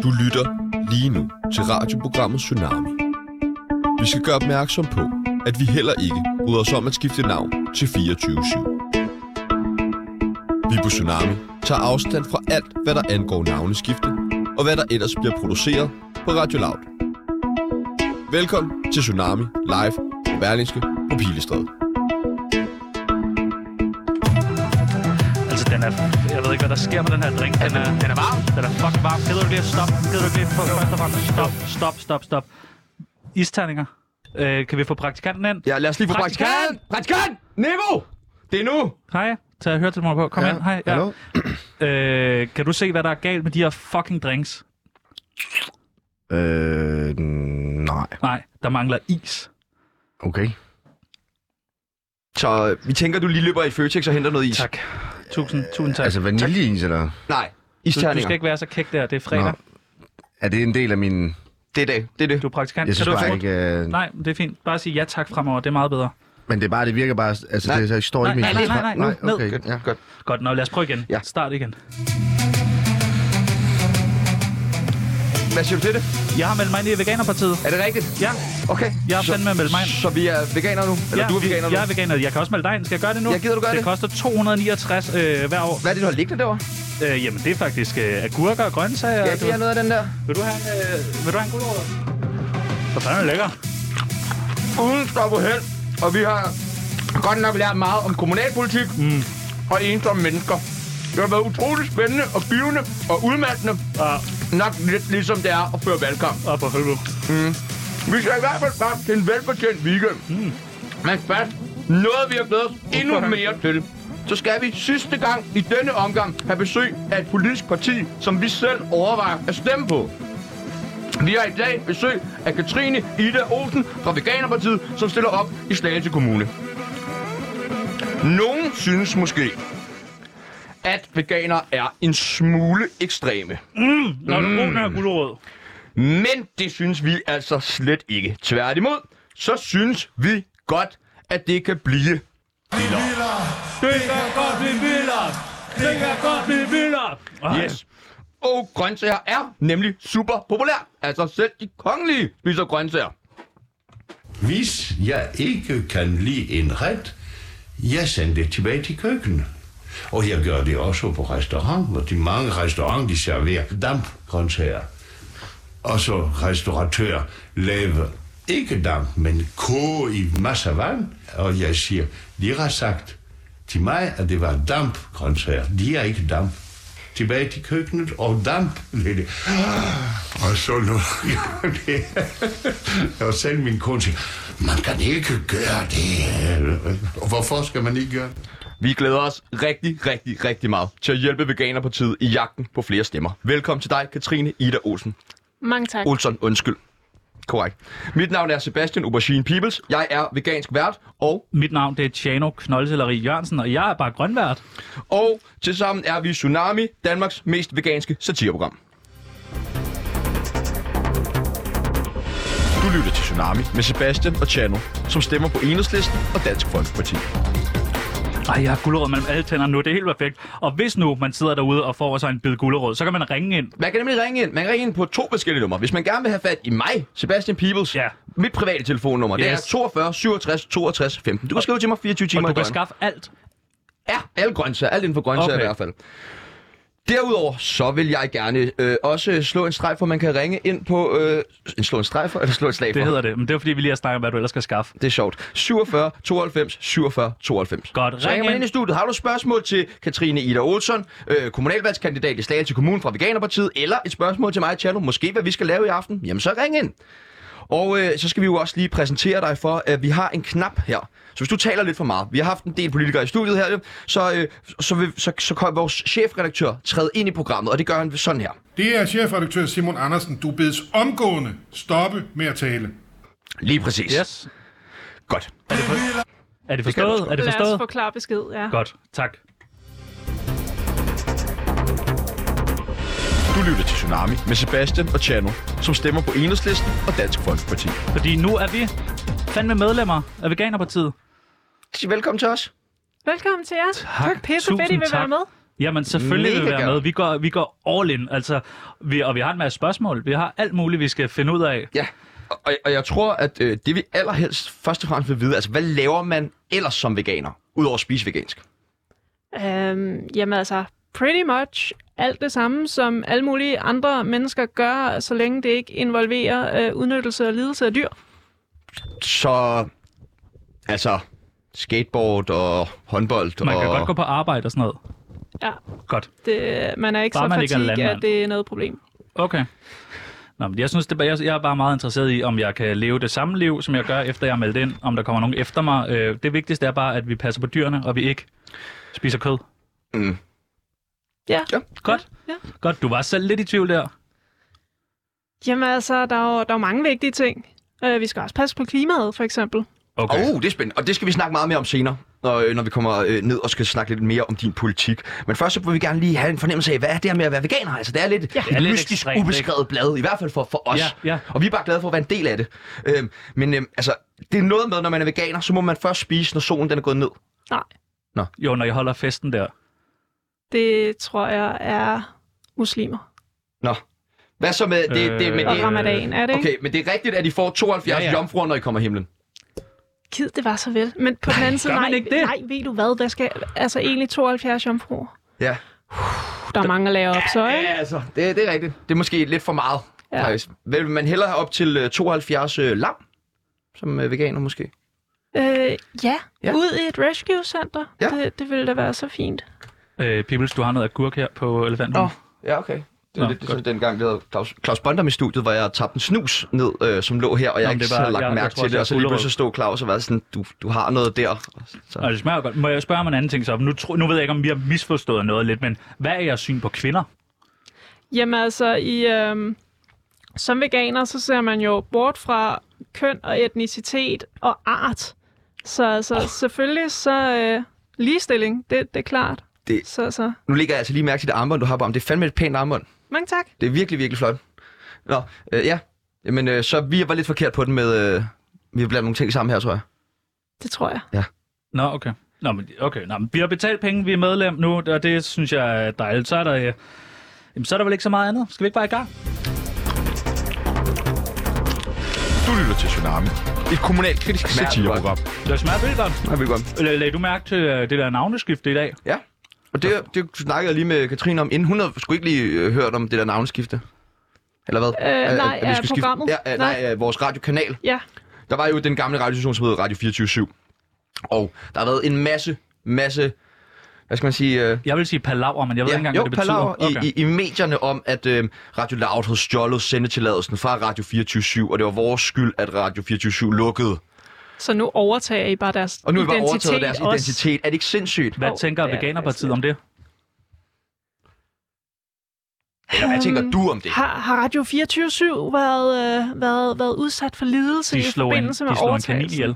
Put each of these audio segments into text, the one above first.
Du lytter lige nu til radioprogrammet Tsunami. Vi skal gøre opmærksom på, at vi heller ikke bryder os om at skifte navn til 24/7. Vi på Tsunami tager afstand fra alt, hvad der angår navneskifte, og hvad der ellers bliver produceret på Radio Loud. Velkommen til Tsunami live på Berlingske på Pilestræde. Altså, jeg ved ikke, hvad der sker med den her drink. Den er varm. Den er fucking varm. Gider du lige at stoppe? Først og fremmest. Stop. Isterninger. Kan vi få praktikanten ind? Ja, lad os lige få praktikant! Praktikant! Niveau! Det er nu! Hej. Tag høretelefoner på. Kom ind. Hej. Ja. Kan du se, hvad der er galt med de her fucking drinks? Nej. Nej, der mangler is. Okay. Så vi tænker, du lige løber i Føtex og henter noget is. Tak. Tusind tak. Altså vaniljeis, eller? Nej, Du isterninger. skal ikke være så kæk der. Det er fredag. Nå. Er det en del af min... Det er det. Du er praktikant. Jeg synes kan du bare ikke... Nej, det er fint. Bare sige ja tak fremover. Det er meget bedre. Men det er bare, det virker bare... Altså, Nej. det står i min... Nej. Ned. Okay, ja. Godt. Godt, lad os prøve igen. Ja. Start igen. Hvad siger du til det? Jeg har meldt mig ind i Veganerpartiet. Er det rigtigt? Ja. Okay. Jeg har fandme meldt mig ind. Så vi er veganer nu? Eller du er veganer nu? Jeg er veganer. Jeg kan også melde dig ind. Skal jeg gøre det nu? Ja, gider du gøre det? Det koster 269 hver år. Hvad er det, du har liggende derovre? Jamen, det er faktisk agurker og grøntsager. Ja, det er noget af den der. Vil du have en gulerod? For fanden er lækker. Uden stop og held. Og vi har godt nok lært meget om kommunalpolitik og ensomme mennesker. Det har været utroligt spændende og givende og udmattende. Ja. Nok lidt ligesom det er at føre valgkamp. Og på helvede. Vi skal i hvert fald frem til en velfortjent weekend. Men fast, noget vi har glædet os endnu mere til. Så skal vi sidste gang i denne omgang have besøg af et politisk parti, som vi selv overvejer at stemme på. Vi har i dag besøg af Katrine Ida Olsen fra Veganerpartiet, som stiller op i Slagelse Kommune. Nogen synes måske, at veganer er en smule ekstreme. Når du bruger den her gulerod. Men det synes vi altså slet ikke. Tværtimod, så synes vi godt, at det kan blive. Yes. Og grøntsager er nemlig super populær. Altså selv de kongelige spiser grøntsager. Hvis jeg ikke kan lide en ret, jeg sender det tilbage til køkkenet. Og jeg gør det også på restaurant, hvor de mange restauranter de serverer dampgrøntsager. Og så restauratør laver ikke damp, men koge i masser af vand. Og jeg siger, de har sagt til mig, at det var dampgrøntsager. De er ikke damp. Tilbage til køkkenet og damp. Og så nu det. Og selv min kone siger, man kan ikke gøre det. Og hvorfor skal man ikke gøre det? Vi glæder os rigtig meget til at hjælpe Veganerpartiet i jagten på flere stemmer. Velkommen til dig, Katrine Ida Olsen. Mange tak. Olsen, undskyld. Korrekt. Mit navn er Sebastian Aubergine Peebles. Jeg er vegansk vært, og... Mit navn det er Tjano Knoldselleri Jørgensen, og jeg er bare grønvært. Og tilsammen er vi Tsunami, Danmarks mest veganske satireprogram. Du lytter til Tsunami med Sebastian og Tjano, som stemmer på Enhedslisten og Dansk Folkeparti. Ej, jeg har gulerod mellem alle tænder nu. Det er helt perfekt. Og hvis nu man sidder derude og får sig en bid gulerod, så kan man ringe ind. Man kan nemlig ringe ind. Man kan ringe ind på 2 forskellige numre. Hvis man gerne vil have fat i mig, Sebastian Peebles, ja. Mit private telefonnummer, det er 42 67 62 15. Du kan skrive til mig 24 timer i døgnet. Og du kan døgn. skaffe alt? Ja, alle grøntsager. Alt inden for grøntsager i hvert fald. Derudover, så vil jeg gerne også slå en streg for, man kan ringe ind på... slå en streg for, eller slå et slag for? Det hedder det, men det er fordi, vi lige har snakket om, hvad du ellers skal skaffe. Det er sjovt. 47 92 47 92. Godt, så ringer man ind i studiet. Har du spørgsmål til Katrine Ida Olsen, kommunalvalgskandidat i Slagelse Kommune fra Veganerpartiet, eller et spørgsmål til mig, Tjano, måske hvad vi skal lave i aften, jamen så ring ind. Og så skal vi jo også lige præsentere dig for, at vi har en knap her. Så hvis du taler lidt for meget, vi har haft en del politikere i studiet her, så kan vores chefredaktør træde ind i programmet, og det gør han sådan her. Det er chefredaktør Simon Andersen. Du bedes omgående stoppe med at tale. Lige præcis. Yes. Godt. Er det forstået? Er det forstået? Lad os få klar besked, ja. Godt, tak. Du lytter til Tsunami med Sebastian og Tjano, som stemmer på Enhedslisten og Dansk Folkeparti. Fordi nu er vi fandme medlemmer af Veganerpartiet. Sig velkommen til os. Velkommen til jer. Tak. Pisse fedt, I vil være med. Jamen, selvfølgelig vil vi være med. Vi går all in. Altså, vi har en masse spørgsmål. Vi har alt muligt, vi skal finde ud af. Ja, og jeg tror, at det vi allerhelst først og fremmest vil vide, altså hvad laver man ellers som veganer, udover at spise vegansk? Jamen altså, pretty much alt det samme, som alle mulige andre mennesker gør, så længe det ikke involverer udnyttelse og lidelse af dyr. Så, altså, skateboard og håndbold Man kan og... godt gå på arbejde og sådan noget. Ja. Godt. Man er ikke Bare så man ikke er fatig, landmand. at det er noget problem. Okay. Nå, men jeg synes, jeg er bare meget interesseret i, om jeg kan leve det samme liv, som jeg gør, efter jeg er meldt ind. Om der kommer nogen efter mig. Det vigtigste er bare, at vi passer på dyrene, og vi ikke spiser kød. Mm. Ja. Godt. Ja. Godt, du var selv lidt i tvivl der. Jamen altså, der er jo mange vigtige ting. Vi skal også passe på klimaet, for eksempel. Okay. Det er spændende, og det skal vi snakke meget mere om senere, når vi kommer ned og skal snakke lidt mere om din politik. Men først så vil vi gerne lige have en fornemmelse af, hvad er det her med at være veganer? Altså, det er lidt et mystisk, ekstremt, ubeskrevet blad, i hvert fald for os. Ja. Og vi er bare glade for at være en del af det. Men altså, det er noget med, når man er veganer, så må man først spise, når solen den er gået ned. Nej. Jo, når jeg holder festen der. Det tror jeg er muslimer. Nå. Hvad så med det? Og ramadan, er det ikke? Okay, men det er rigtigt, at I får 72 jomfruer, når I kommer i himlen. Gid, det var så vel. Men på den anden side, nej, ved du hvad? Der skal altså egentlig 72 jomfruer. Ja. Der er mange at lave op, så ikke? Ja, altså, det er rigtigt. Det er måske lidt for meget, faktisk. Vil man hellere have op til 72 lam, som veganer måske? Ja, ud i et rescue-center. Ja. Det ville da være så fint. Pibbles, du har noget agurk her på elefanten. Ja, okay. Det er lidt ligesom dengang, vi havde Claus Bondam i studiet, hvor jeg tabte en snus ned, som lå her, og jeg ikke havde lagt mærke til det, og så lige pludselig stod Claus og var sådan, du har noget der. Så. Og det smager godt. Må jeg spørge om en anden ting så? Nu ved jeg ikke, om vi har misforstået noget lidt, men hvad er jeres syn på kvinder? Jamen altså, som veganer, så ser man jo bort fra køn og etnicitet og art. Så selvfølgelig så ligestilling, det er klart. Så. Nu lægger jeg altså lige mærke til det armbånd, du har på ham. Det er fandme et pænt armbånd. Mange tak. Det er virkelig, virkelig flot. Nå, ja. Jamen, så vi var lidt forkert på den med... vi har blandt nogle ting sammen her, tror jeg. Det tror jeg. Ja. Nå, okay. Nå, men vi har betalt penge, vi er medlem nu, og det synes jeg er dejligt. Så er der vel ikke så meget andet. Skal vi ikke bare i gang? Du lytter til Tsunami. Et kommunalkritisk satireprogram. Det smager vildt godt. Det er vildt godt. Lagde du mærke til det der navneskifte i dag? Ja. Og det snakkede jeg lige med Katrine om, inden hun havde sgu ikke lige hørt om det der navneskifte. Eller hvad? Nej, at vi skal programmet? Nej, vores radiokanal. Ja. Der var jo den gamle radiostation, som hedder Radio 24/7. Og der har været en masse, hvad skal man sige... Jeg vil sige palaver, men jeg ved ikke engang, hvad det betyder. Okay. I medierne om, at Radio Loud havde stjålet sendetilladelsen fra Radio 24/7, og det var vores skyld, at Radio 24/7 lukkede. Så nu overtager I bare deres identitet. Og nu er I bare overtaget deres identitet. Er det ikke sindssygt? Hvad tænker Veganerpartiet om det? Eller hvad tænker du om det? Har Radio 24/7 været udsat for lidelse i forbindelse med overtagelsen? De slår en kanin ihjel.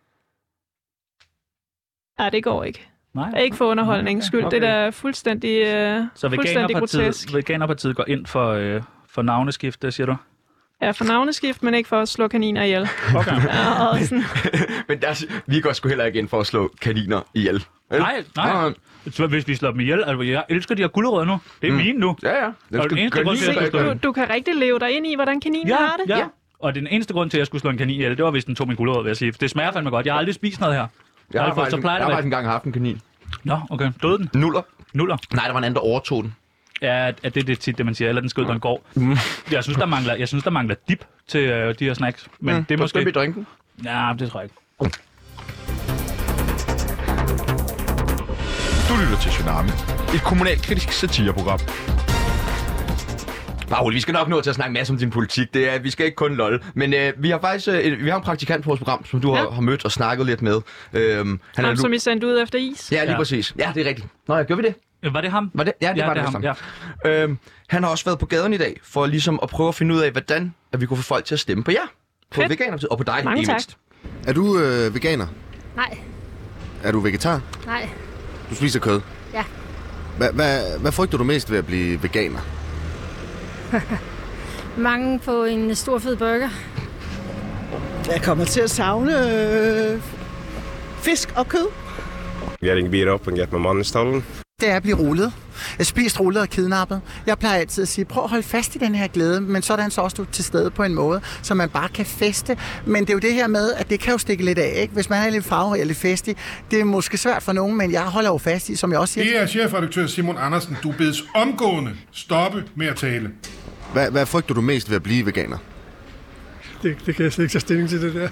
Nej, det går ikke. Nej. Ikke for underholdningens skyld. Okay. Det er da fuldstændig grotesk. Veganerpartiet går ind for navneskifte, siger du? Ja, for navneskift, men ikke for at slå kaniner ihjel. Okay. Men vi går sgu heller ikke ind for at slå kaniner ihjel. Nej. Så hvis vi slår dem ihjel, altså jeg elsker de her gulerødder nu. Det er mine nu. Ja. Du kan rigtig leve dig ind i, hvordan kaninen har det. Ja. Og den eneste grund til, at jeg skulle slå en kanin ihjel, det var, hvis den tog min gulerødder, vil jeg sige. Det smager fandme godt. Jeg har aldrig spist noget her. Jeg har faktisk engang haft en kanin. Nå, okay. Døde den? Nuller. Nej, der var en anden, der overtog den. Ja, det er tit det, man siger. Eller den skød, der går. Jeg synes, der mangler dip til de her snacks. Men det er måske... Skal vi drinken? Ja, det tror jeg ikke. Du lytter til Tsunami. Et kommunalkritisk satireprogram. Bare vi skal nok nå til at snakke masse om din politik. Vi skal ikke kun lolle. Men vi har faktisk vi har en praktikant på vores program, som du har mødt og snakket lidt med. Som I sendte ud efter is? Ja, lige præcis. Ja, det er rigtigt. Nå, gør vi det? Var det ham? Ja, det var ham. Ja. Han har også været på gaden i dag, for ligesom at prøve at finde ud af, hvordan at vi kunne få folk til at stemme på jer. På Veganerpartiet, og på dig. Mange tak. Er du veganer? Nej. Er du vegetar? Nej. Du spiser kød? Ja. Hvad frygter du mest ved at blive veganer? Mange på en stor fed burger. Jeg kommer til at savne fisk og kød. Getting beat up and get my money stolen. Det er at blive rullet. Jeg spist, rullet og kidnappet. Jeg plejer altid at sige, prøv at holde fast i den her glæde, men så er den så også til stede på en måde, så man bare kan feste. Men det er jo det her med, at det kan jo stikke lidt af, ikke? Hvis man er lidt farverig og lidt festig, det er måske svært for nogen, men jeg holder jo fast i, som jeg også siger. Det er chefredaktør Simon Andersen. Du bedes omgående stoppe med at tale. Hvad frygter du mest ved at blive veganer? Det kan jeg slet ikke tage stilling til, det der.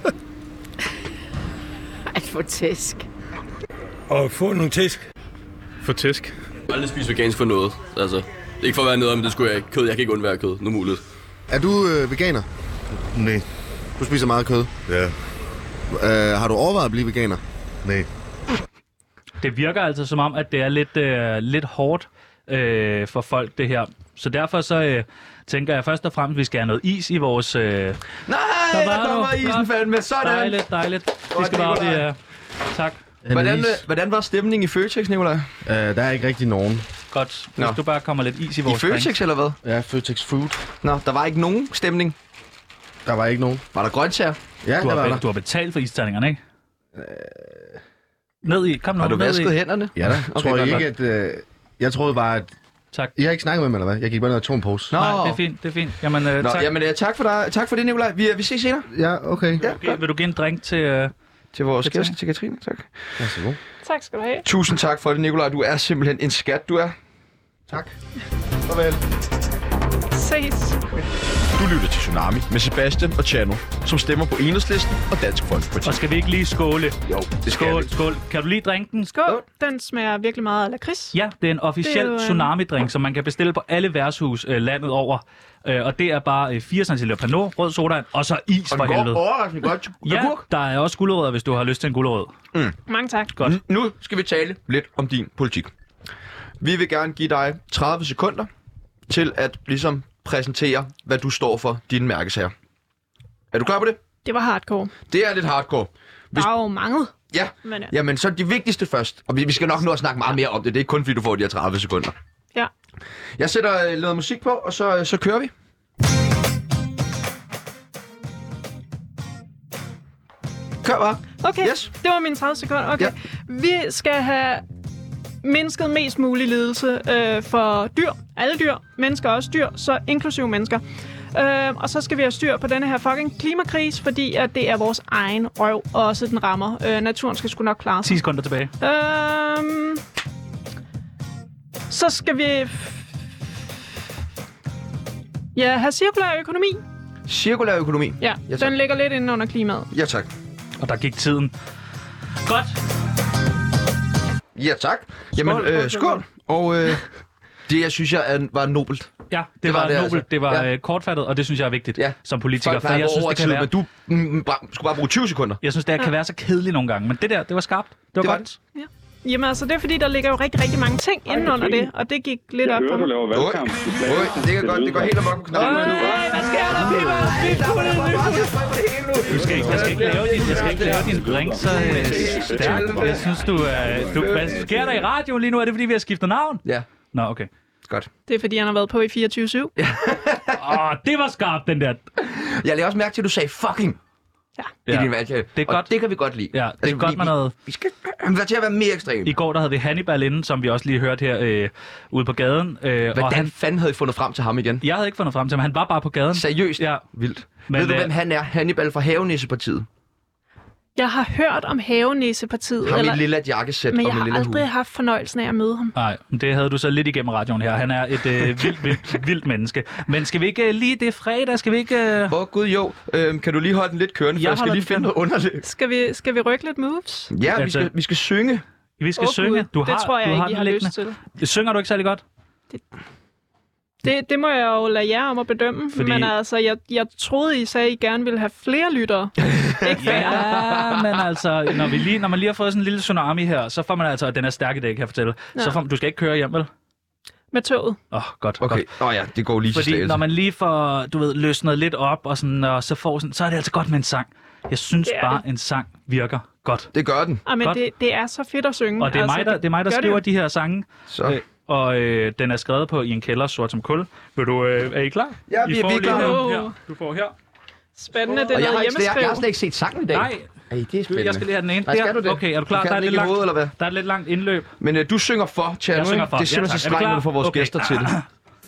At få tæsk. Og få nogle tæsk. Få tæsk. Jeg har aldrig spist vegansk for noget. Altså, ikke for at være nede, men det skulle jeg ikke. Kød, jeg kan ikke undvære kød. Nu muligt. Er du veganer? Nej. Du spiser meget kød? Ja. Har du overvejet at blive veganer? Nej. Det virker altså som om, at det er lidt hårdt for folk, det her. Så derfor så tænker jeg først og fremmest, at vi skal have noget is i vores... Nej, der kommer isen fandme. Sådan. Dejligt. Vi skal bare tak. Hvordan var stemningen i Føtex, Nikolaj? Der er ikke rigtig nogen. Godt. Hvis du bare kommer lidt is i vores I Føtex, eller hvad? Ja, Føtex Food. Nå, der var ikke nogen stemning? Der var ikke nogen. Var der grøntsager? Ja, du har betalt for isterningerne, ikke? Ned i. Kom nu, har du vasket hænderne? Ja da. Okay, tror jeg ikke, at... jeg troede bare, at... Tak. I har ikke snakket med mig, eller hvad? Jeg gik bare ned og tog en pose. Nej, det er fint. Jamen, tak. Jamen, tak for dig. Tak for det, Nikolaj. Vi ses senere. Ja, okay. Ja, vil du give en drink til vores gæst, til Katrine? Tak. Ja, så god. Tak skal du have. Tusind tak for det, Nikolaj. Du er simpelthen en skat, du er. Tak. Farvel. Ses. Du lytter til Tsunami med Sebastian og Chano, som stemmer på Enhedslisten og Dansk Folkeparti. Og skal vi ikke lige skåle? Jo, det skal Skål. Kan du lige drinke den? Skål. Den smager virkelig meget af lakrids. Ja, det er en officiel tsunami-drink, som man kan bestille på alle værtshus landet over. Og det er bare 4 cl Pernod, rød sodavand og så is for helvede. Og det går overraskende godt. Ja, der er også gulerødder, hvis du har lyst til en gulerød. Mange tak. Godt. Nu skal vi tale lidt om din politik. Vi vil gerne give dig 30 sekunder til at ligesom præsentere, hvad du står for, dine mærkesager. Er du klar på det? Det var hardcore. Det er lidt hardcore. Der er jo mange. Ja, jamen så de vigtigste først. Og vi skal nok nå at snakke meget mere om det. Det er ikke kun, fordi du får de her 30 sekunder. Ja. Jeg sætter noget musik på, og så kører vi. Kør bare. Okay, yes. Det var mine 30 sekunder. Okay. Ja. Vi skal have mindsket mest mulig lidelse for dyr. Alle dyr. Mennesker også dyr, så inklusive mennesker. Og så skal vi have styr på denne her fucking klimakrise, fordi at det er vores egen røv, og også den rammer. Naturen skal sgu nok klare sig. 10 sekunder tilbage. Så skal vi... Ja, have cirkulær økonomi. Cirkulær økonomi? Ja, den ligger lidt inde under klimaet. Ja, tak. Og der gik tiden. Godt. Ja, tak. Jamen, skål. Og det, jeg synes, var nobelt. Ja, det var nobelt. Altså. Det var ja. Kortfattet, og det synes jeg er vigtigt som politiker. For jeg synes, det kan være... Men du skulle bare bruge 20 sekunder. Jeg synes, det kan være så kedeligt nogle gange. Men det var skarpt. Det var godt. Ja. Jamen altså, det er fordi, der ligger jo rigtig, rigtig mange ting inden under det, og det gik lidt op for mig. Det kan godt. Det går helt amok på knappen. Hvad sker der, Jeg skal ikke lave din drink så stærk. Jeg synes, hvad sker der i radioen lige nu? Er det, fordi vi har skiftet navn? Ja. Nå, okay. Godt. Det er, fordi han har været på i 24/7. Det var skarpt, den der. Jeg lagde også mærke til, at du sagde fucking. Ja. I din valgtale. Det er godt. Det kan vi godt lide. Ja, det er godt med noget... Vi skal være til at være mere ekstreme. I går, der havde vi Hannibal inde, som vi også lige hørte her ude på gaden. Hvordan fanden havde I fundet frem til ham igen? Jeg havde ikke fundet frem til ham. Han var bare på gaden. Seriøst? Ja. Vildt. Men, ved du, hvem han er? Hannibal fra Havenissepartiet. Jeg har hørt om Havenissepartiet. Ham i et lille jakkesæt og men med jeg har lille aldrig haft fornøjelsen af at møde ham. Nej, det havde du så lidt igennem radioen her. Han er et vildt menneske. Men skal vi ikke lige det fredag? Skal vi ikke... Gud jo. Kan du lige holde den lidt kørende, for jeg skal lige finde noget underligt. Skal vi rykke lidt moves? Ja, vi skal synge. Vi skal synge. Det tror jeg ikke, I har lyst til. Synger du ikke særlig godt? Det må jeg jo lade jer om at bedømme, men altså, jeg troede, I sagde, at I gerne ville have flere lyttere. Ikke færre. Ja, men altså, når man lige har fået sådan en lille tsunami her, så får man altså, den er stærk i dag, kan jeg fortælle. Ja. Du skal ikke køre hjem, vel? Med toget. Godt. Okay. Ja, det går lige til Fordi når man lige får, løsnet lidt op, og sådan, og så får sådan, så er det altså godt med en sang. Jeg synes bare, en sang virker godt. Det gør den. Men det er så fedt at synge. Og det er mig, der skriver de her sange. Så. Og den er skrevet på i en kælder, sort som kul. Er I klar? Ja, vi er klar. Du får her. Spændende, det er noget hjemmeskriv. Jeg har slet ikke set sangen i dag. Nej. Ej, det er spændende. Jeg skal lige have den ene. Nej, skal du det? Okay, er du klar? Du Der er, lidt eller hvad? der er et lidt langt indløb. Men du synger for, Tjerno, Jeg synger ikke? for. Det er simpelthen så Ja, tak. strengt, når du får vores gæster til det.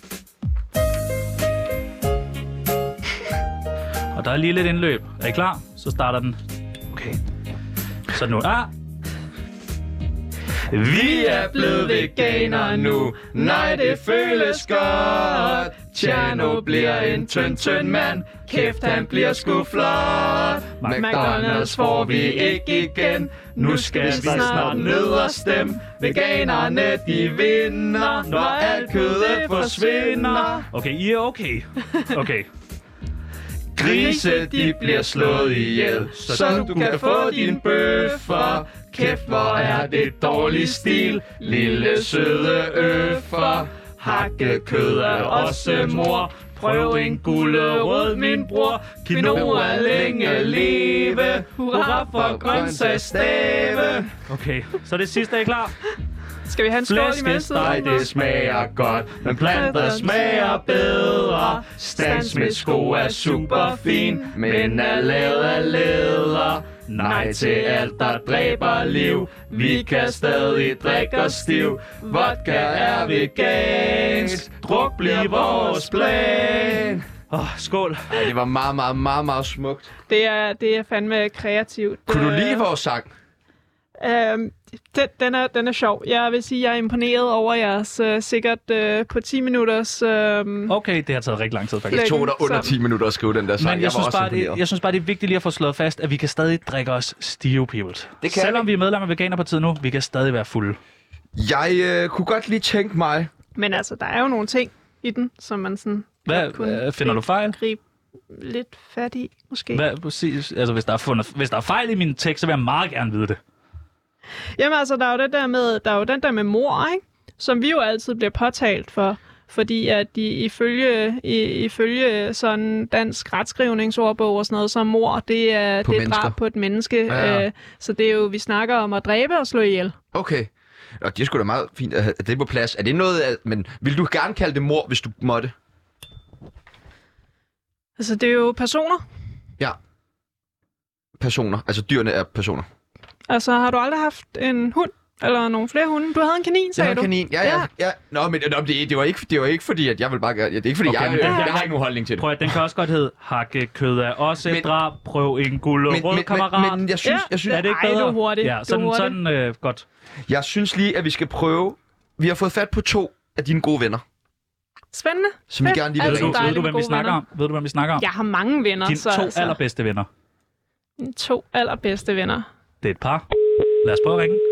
Og der er lige lidt indløb. Er I klar? Så starter den. Okay. Så nu. Vi er blevet veganer nu. Nej, det føles godt. Tjerno bliver en tynd mand. Kæft, han bliver sgu flot. McDonald's får vi ikke igen. Nu skal vi snart ned og stemme. Veganerne, de vinder, når alt kødet forsvinder. Okay, I er okay. Okay. Grise, de bliver slået ihjel, så du kan få din bøffer. Kæft, hvor er det dårlig stil, lille søde øffer. Hakkekød er også mor. Prøv en gulerod, min bror. Quinoa længe leve. Hurra for grøntsagsstave. Okay, så det sidste er I klar? Skal vi have en skål i mellemtiden? Flæskesteg, det smager godt, men planter smager bedre. Stan Smiths sko er super fin, men er lavet af læder. Nej til alt, der dræber liv. Vi kan stadig drikke os stiv. Vodka er vegansk. Druk bliver vores plan. Skål. Ej, det var meget, meget, meget, meget smukt. Det er fandme kreativt. Kunne du lide vores sang? Den er sjov. Jeg vil sige, at jeg er imponeret over jeres sikkert på 10 minutters... Okay, det har taget rigtig lang tid faktisk. Det tog dig under 10 minutter at skrive den der sang. Men jeg synes bare, det er vigtigt lige at få slået fast, at vi kan stadig drikke os stive, peoples. Det kan Selvom vi er medlemmer af Veganerpartiet nu, vi kan stadig være fulde. Jeg kunne godt lige tænke mig... Men altså, der er jo nogle ting i den, som man sådan... Hvad finder du fejl? Gribe lidt fat i, måske. Hvad præcis? Altså, hvis der er fejl i min tekst, så vil jeg meget gerne vide det. Jamen altså, der er jo den der med mor, ikke? Som vi jo altid bliver påtalt for, fordi at de ifølge sådan dansk retskrivningsordbog og sådan noget, så mor, det er drab på et menneske. Ja. Så det er jo, vi snakker om at dræbe og slå ihjel. Okay. Og det er sgu da meget fint at have det på plads. Er det noget, men vil du gerne kalde det mor, hvis du måtte? Altså, det er jo personer. Ja. Personer. Altså, dyrene er personer. Altså, har du aldrig haft en hund? Eller nogle flere hunde? Du havde en kanin, sagde du? Jeg havde en kanin, ja. Nå, men det var ikke fordi, at jeg vil bare gøre... Det er ikke fordi, okay, jeg har ikke nogen holdning til det. Prøv at den kan også godt hedde hakkekød er også et drab. Prøv en gulerod, kammerat. Men jeg synes... Er det ikke bedre? Ej, du er hurtigt. Ja, sådan godt. Jeg synes lige, at vi skal prøve... Vi har fået fat på 2 af dine gode venner. Spændende. Som vi gerne lige vil ringe. Ved du, hvem vi snakker om? Jeg har mange venner. Dine 2 allerbedste venner. Mine 2 allerbedste venner. Det er et par. Lad os prøve at ringe.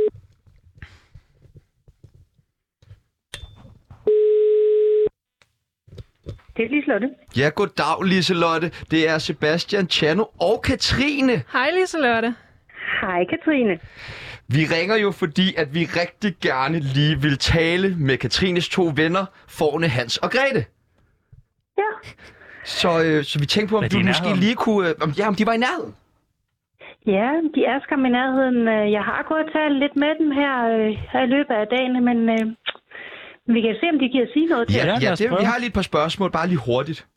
Det er Liselotte. Ja, goddag Liselotte. Det er Sebastian, Tjerno og Katrine. Hej Liselotte. Hej Katrine. Vi ringer jo, fordi at vi rigtig gerne lige vil tale med Katrines 2 venner, Forne, Hans og Grete. Ja. Så vi tænkte på, om du måske lige kunne... om de var i nærheden. Ja, de er skam i nærheden. Jeg har gået og talt lidt med dem her i løbet af dagen, men vi kan se, om de giver sige noget til. Vi har lige et par spørgsmål, bare lige hurtigt.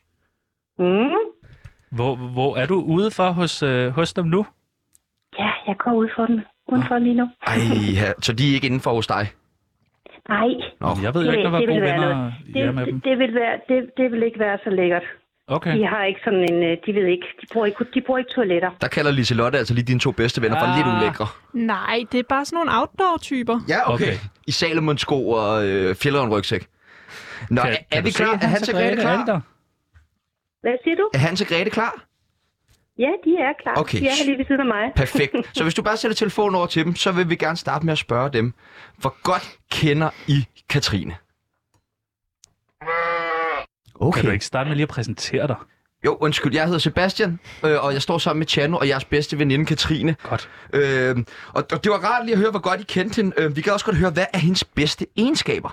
Hvor er du ude for hos dem nu? Ja, jeg går ud for dem. Udenfor lige nu. Ej, så de er ikke indenfor hos dig? Nej. Jeg ved jo ikke, der var gode venner med dem. Det vil ikke være så lækkert. Okay. De har ikke sådan en... De ved ikke. De bruger ikke toiletter. Der kalder Liselotte altså lige dine 2 bedste venner for lidt ulækre. Nej, det er bare sådan nogle outdoor-typer. Ja, okay. I Salomon-sko og Fjelleren-rygsæk. Nå, er vi klar? Er Hans og Grete klar? Hvad siger du? Er Hans og Grete klar? Ja, de er klar. Okay. De er lige ved siden af mig. Perfekt. Så hvis du bare sætter telefonen over til dem, så vil vi gerne starte med at spørge dem. Hvor godt kender I Katrine? Okay. Kan du ikke starte med lige at præsentere dig? Jo, undskyld. Jeg hedder Sebastian, og jeg står sammen med Tjerno og jeres bedste veninde, Katrine. Godt. Og det var rart lige at høre, hvor godt I kendte hende. Vi kan også godt høre, hvad er hendes bedste egenskaber?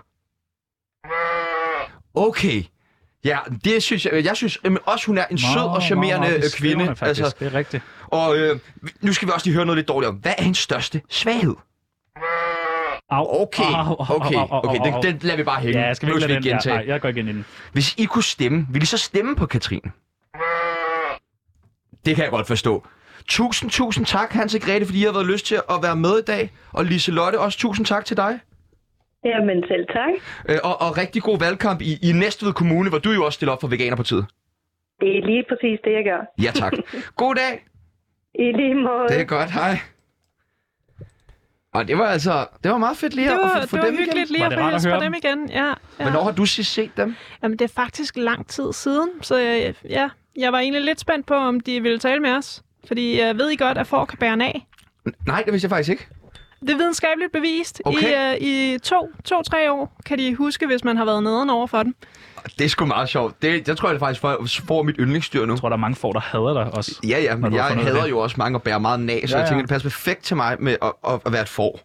Okay. Ja, det synes jeg synes også, hun er en sød og charmerende kvinde. Altså, det er rigtigt. Og nu skal vi også lige høre noget lidt dårligt om. Hvad er hendes største svaghed? Okay, den lader vi bare hænge. Ja, skal vi ikke lade den? Nej, jeg går ikke ind i den. Hvis I kunne stemme, ville I så stemme på Katrine? Det kan jeg godt forstå. Tusind tak, Hans og Grete, fordi I har været lyst til at være med i dag. Og Liselotte, også tusind tak til dig. Jamen selv tak. Og rigtig god valgkamp i Næstved Kommune, hvor du jo også stiller op for Veganerpartiet. Det er lige præcis det, jeg gør. Ja, tak. God dag. I lige måde. Det er godt, hej. Og det var meget fedt lige at få dem igen. Det var hyggeligt lige at få dem igen. Ja. Hvornår har du sidst set dem? Jamen, det er faktisk lang tid siden, så jeg var egentlig lidt spændt på, om de ville tale med os. Fordi jeg ved I godt, at får kan bære af. Nej, det vidste jeg faktisk ikke. Det er videnskabeligt bevist. Okay. I 2-3 år kan de huske, hvis man har været neden over for dem. Det er sgu meget sjovt. Jeg tror, jeg faktisk får mit yndlingsdyr nu. Jeg tror, der er mange får, der hader dig også. Ja, men jeg hader jo også mange og bærer meget nag, så jeg tænker, det passer perfekt til mig med at være et får.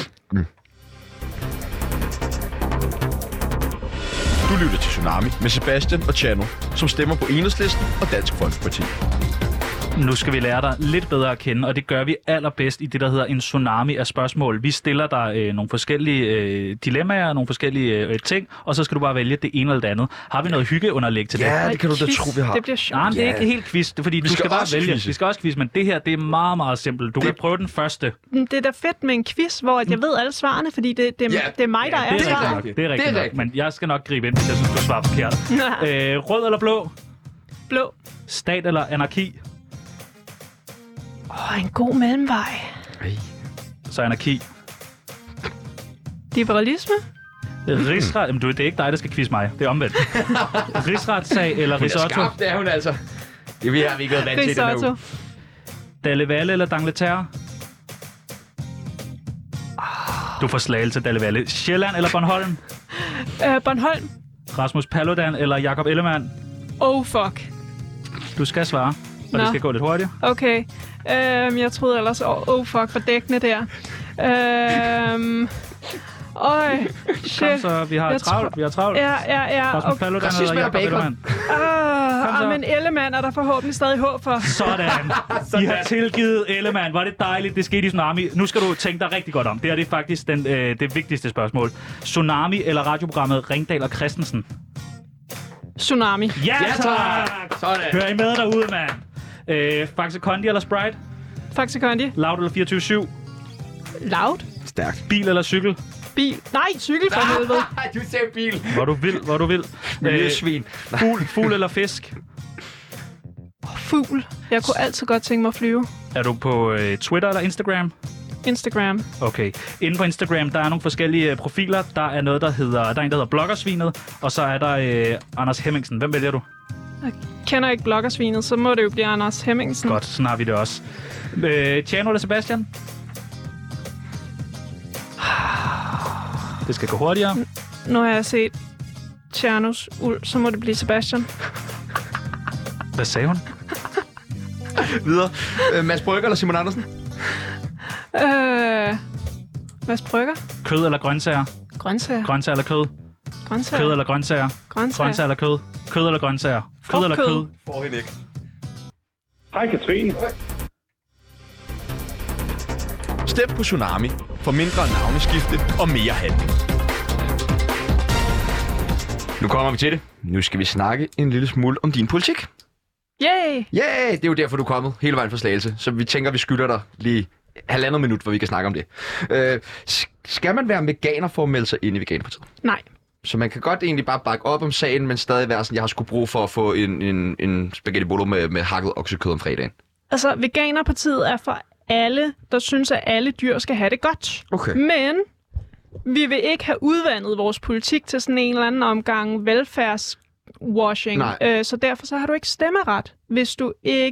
Du lytter til Tsunami med Sebastian og Chano, som stemmer på Enhedslisten og Dansk Folkeparti. Nu skal vi lære dig lidt bedre at kende, og det gør vi allerbedst i det, der hedder en tsunami af spørgsmål. Vi stiller dig nogle forskellige dilemmaer, nogle forskellige ting, og så skal du bare vælge det ene eller det andet. Har vi noget hyggeunderlæg til det? Ja, det kan du da tro, vi har. Det bliver sjovt. Nej, det er ikke helt quiz, fordi du skal bare vælge. Vi skal også quiz, men det her, det er meget, meget simpelt. Du kan prøve den første. Det er da fedt med en quiz, hvor jeg ved alle svarene, fordi det er mig, der er svaret. Det er rigtigt nok, men jeg skal nok gribe ind, hvis jeg synes, du svarer forkert. Rød eller blå? Blå. Stat eller anarki? En god mellemvej. Så anarki. Liberalisme? Rigsret... Jamen, det er ikke dig, der skal quizze mig. Det er omvendt. Rigsretssag eller risotto? Hun er skarp, det er hun altså. Det har vi ikke været vant til den her uge. Dalle Valle eller D'Angleterre? Du får Slagelse, Dalle Valle. Sjælland eller Bornholm? Bornholm. Rasmus Paludan eller Jakob Ellemann? Oh, fuck. Du skal svare, og det skal gå lidt hurtigt. Okay. Jeg troede ellers, fuck, for dækkende der. Shit. Kom så, vi har travlt. Ja. Rasmus Paludan eller Jakob Ellemann? Men Ellemann er der forhåbentlig stadig håb for. Sådan. I har tilgivet Ellemann. Var det dejligt, det skete i Tsunami. Nu skal du tænke dig rigtig godt om. Det er faktisk det vigtigste spørgsmål. Tsunami eller radioprogrammet Ringdal og Christensen? Tsunami. Ja, tak! Sådan. Hør I med derude, mand. Faxe Kondi eller Sprite? Faxe Kondi. Loud eller 24/7? Loud. Stærkt. Bil eller cykel? Bil. Nej, cykel for helvede. Du sagde bil. Hvor du vil. Miljøsvin. Fugl eller fisk? Fugl. Jeg kunne altid godt tænke mig at flyve. Er du på Twitter eller Instagram? Instagram. Okay. Inde på Instagram, der er nogle forskellige profiler. Der er en, der hedder Bloggersvinet, og så er der Anders Hemmingsen. Hvem vælger du? Jeg kender ikke Bloggersvinet, så må det jo blive Anders Hemmingsen. Godt, sådan har vi det også. Chano eller Sebastian? Det skal gå hurtigere. Nu har jeg set Chanos uld, så må det blive Sebastian. Hvad sagde hun? Videre. Mads Brygger eller Simon Andersen? Mads Brygger. Kød eller grøntsager? Grøntsager. Grøntsager eller kød? Grøntsager. Kød eller grøntsager? Grøntsager. Grøntsager eller kød? Kød eller grøntsager? Kød eller kød? Får hende ikke. Hej Katrine. Stem på Tsunami for mindre navneskifte og mere handling. Nu kommer vi til det. Nu skal vi snakke en lille smule om din politik. Yay! Yeah, det er jo derfor, du er kommet hele vejen fra Slagelse. Så vi tænker, vi skylder dig lige 1,5 minut, hvor vi kan snakke om det. Skal man være veganer for at melde sig ind i Veganerpartiet? Nej. Så man kan godt egentlig bare bakke op om sagen, men stadig være sådan, jeg har sgu brug for at få en spaghetti bolo med hakket oksekød om fredagen. Altså, Veganerpartiet er for alle, der synes, at alle dyr skal have det godt. Okay. Men vi vil ikke have udvandet vores politik til sådan en eller anden omgang velfærdswashing. Så derfor så har du ikke stemmeret, hvis du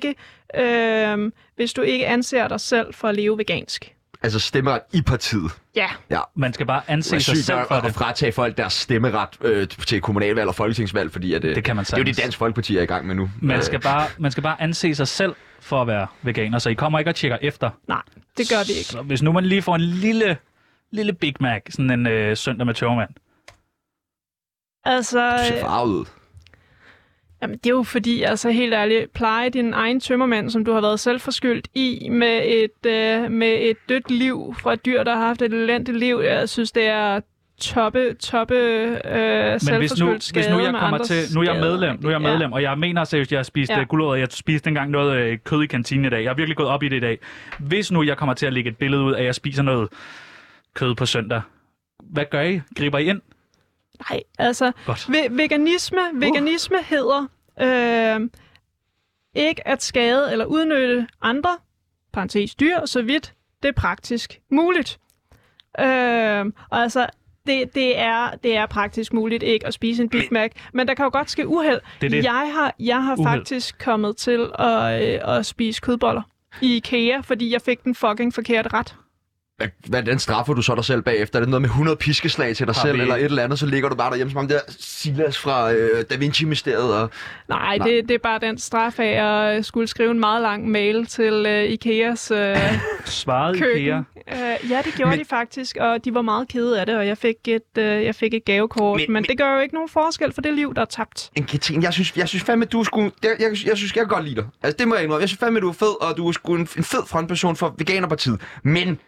ikke anser dig selv for at leve vegansk. Altså stemmeret i partiet? Ja. Man skal bare anse sig selv for det. Og fratage folk deres stemmeret til kommunalvalg og folketingsvalg, fordi at, det kan man det er jo det Dansk Folkeparti er i gang med nu. Man skal bare anse sig selv for at være veganer, så I kommer ikke og tjekker efter. Nej, det gør vi ikke. Så hvis nu man lige får en lille Big Mac, sådan en søndag med tørmand. Du Altså... ser farvet ud. Jamen, det er jo fordi, altså helt ærligt, pleje din egen tømmermand, som du har været selvforskyldt i, med et dødt liv fra et dyr, der har haft et elendigt liv. Jeg synes, det er toppe selvforskyldt skade nu jeg med kommer andres til, nu er jeg medlem, Ja. og jeg mener seriøst, jeg har spist gulerødder, jeg spiste engang noget kød i kantinen i dag. Jeg har virkelig gået op i det i dag. Hvis nu jeg kommer til at lægge et billede ud af, at jeg spiser noget kød på søndag, hvad gør I? Griber I ind? Nej, altså, veganisme hedder ikke at skade eller udnytte andre, parentes dyr, så vidt det er praktisk muligt. Og altså, det er praktisk muligt ikke at spise en Big Mac, men der kan jo godt ske uheld. Jeg har faktisk kommet til at spise kødboller i IKEA, fordi jeg fik den fucking forkerte ret. Hvordan straffer du så dig selv bagefter? Er det noget med 100 piskeslag til dig selv, eller et eller andet, så ligger du bare derhjemme som om der Silas fra Da Vinci-mysteriet? Og... Nej, det er bare den straf af at skulle skrive en meget lang mail til Ikeas Svarede køkken. IKEA? Ja, det gjorde de faktisk, og de var meget kede af det, og jeg fik et gavekort. Men det gør jo ikke nogen forskel for det liv, der er tabt. Katrine, jeg synes fandme, du skulle... Jeg kan godt lide dig. Altså, det må jeg indrømme. Jeg synes fandme, du er fed, og du er sgu en fed frontperson for Veganerpartiet. Men...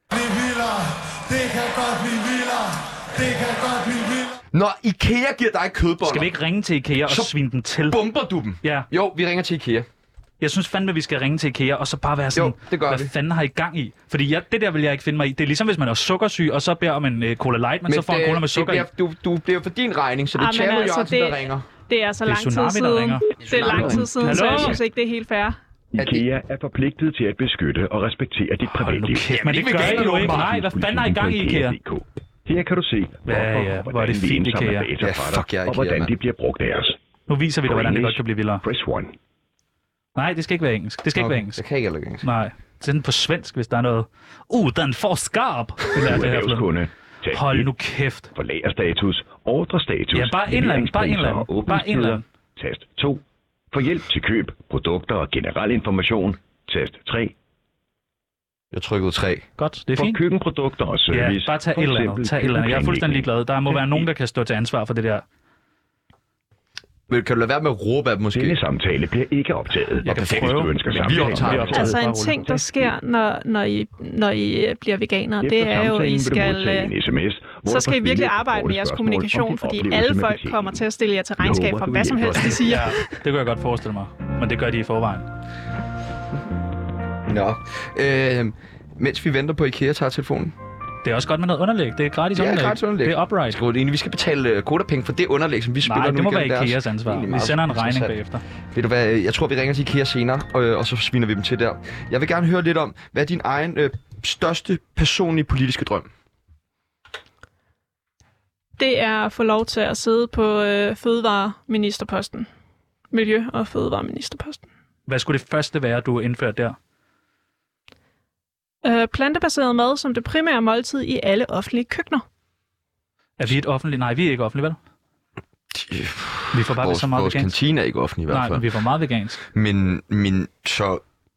Når IKEA giver dig kødboller... Skal vi ikke ringe til IKEA og svine dem til? Bomber du dem? Ja. Jo, vi ringer til IKEA. Jeg synes fandme, vi skal ringe til IKEA, og så bare være sådan, hvad fanden har I gang i? Fordi det der vil jeg ikke finde mig i. Det er ligesom, hvis man er sukkersyg, og så beder om en Cola Light, men så får en cola med sukker i. Du bliver for din regning, så det er Tjerno Jørgensen, der ringer. Det er så lang tid siden. Det er lang tid siden, så jeg synes ikke, det er helt fair. IKEA er forpligtet til at beskytte og respektere dit privatliv. Men det gør I jo ikke. Nej, hvad fanden har I gang i IKEA? Her kan du se, hvor er det fint, IKEA. Og hvordan de bliver brugt af os. Nu viser vi dig, hvordan det godt kan blive vildere. Press 1. Nej, det skal ikke være engelsk. Det skal ikke være engelsk. Det kan ikke være engelsk. Nej, send på svensk, hvis der er noget. Den får skarp. Hold nu kæft. For lagerstatus, ordrestatus. Ja, bare en eller anden. Tast 2. For hjælp til køb, produkter og generel information. Tast 3. Jeg trykkede 3. Godt, det er fint. For køkkenprodukter og service. Ja, bare tag et eller andet. Jeg er fuldstændig ligeglad. Der må være nogen, der kan stå til ansvar for det der. Kan du lade være med at råbe af dem måske? Denne samtale bliver ikke optaget. Jeg kan prøve. Altså en ting, der sker, når I bliver veganere, det er jo, I skal... Så skal I virkelig arbejde med jeres kommunikation, fordi alle folk kommer til at stille jer til regnskab for hvad som helst, de siger. Ja, det kan jeg godt forestille mig. Men det gør de i forvejen. Nå. Mens vi venter på IKEA, tager telefonen. Det er også godt med noget underlæg. Det er gratis underlæg. Ja, gratis underlæg. Det er upright. Vi skal betale kodapenge for det underlæg, som vi spiller nu. Nej, det må være Ikeas ansvar. Vi sender en regning bagefter. Ved du hvad, jeg tror, vi ringer til IKEA senere, og så sviner vi dem til der. Jeg vil gerne høre lidt om, hvad er din egen største personlige politiske drøm? Det er at få lov til at sidde på fødevareministerposten. Miljø- og fødevareministerposten. Hvad skulle det første være, du indførte der? Plantebaseret mad som det primære måltid i alle offentlige køkkener. Er vi et offentligt? Nej, vi er ikke offentlige, vel? Vi får bare så meget vores vegansk. kantine er ikke offentlig i hvert fald. Nej, men vi får meget vegansk. Men så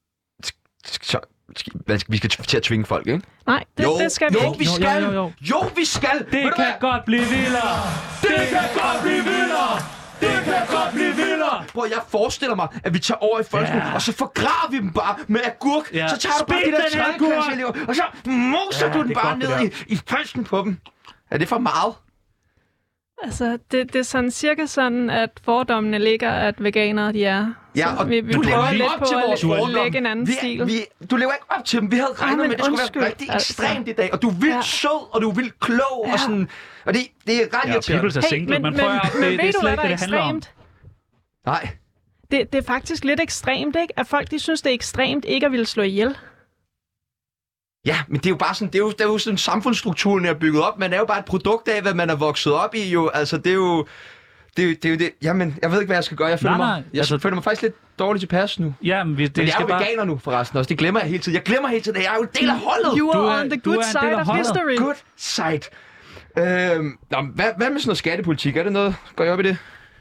vi skal til at tvinge folk, ikke? Nej, det skal vi ikke. Vi skal! Jo, vi skal! Det kan godt blive vildere! Det kan godt blive vildere! Det kan godt blive vildere! Prøv, jeg forestiller mig, at vi tager over i folkeskolen, og så forgraver vi dem bare med agurk. Ja. Så tager du bare de der træklasseelever, og så moser du den bare ned i pølsen på dem. Er det for meget? Altså, det er sådan cirka sådan, at fordommene ligger, at veganere de er. Ja, og vi du lever ikke op til vores fordomme. Lægge en anden stil. Du lever ikke op til dem. Vi havde regnet med, at det skulle være rigtig ekstremt i dag. Og du er vildt sød, og du er vildt klog, og sådan... Og det er ret irriterende. People's er single, men prøv at det er slet ikke det, det handler om. Nej. Det er faktisk lidt ekstremt, ikke? At folk, de synes, det er ekstremt ikke at ville slå ihjel. Ja, men det er jo bare sådan, det er jo sådan samfundsstrukturen er bygget op. Man er jo bare et produkt af, hvad man er vokset op i jo. Altså, det er jo det. Jamen, jeg ved ikke, hvad jeg skal gøre. Jeg føler mig faktisk lidt dårligt tilpas nu. Ja, men jeg er jo veganer nu forresten også. Det glemmer jeg hele tiden. Jeg glemmer hele tiden, at jeg er jo en del af holdet. You are on the good side of history. Good side. Hvad med sådan noget skattepolitik? Er det noget? Går I op i det?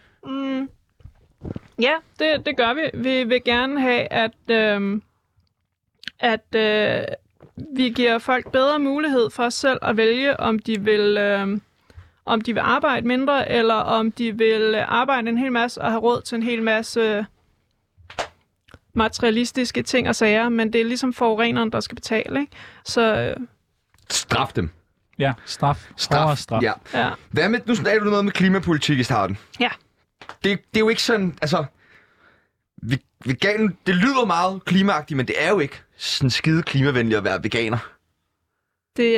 Ja, det gør vi. Vi vil gerne have, at vi giver folk bedre mulighed for selv at vælge, om de vil arbejde mindre, eller om de vil arbejde en hel masse og have råd til en hel masse materialistiske ting og sager, men det er ligesom forureneren, der skal betale, ikke? Så straf dem. Ja, straf. Straf. Ja. Hvad med, nu snakker du noget med klimapolitik i starten. Ja. Det er jo ikke sådan, altså... Vegan, det lyder meget klimaagtigt, men det er jo ikke sådan skide klimavenligt at være veganer. Det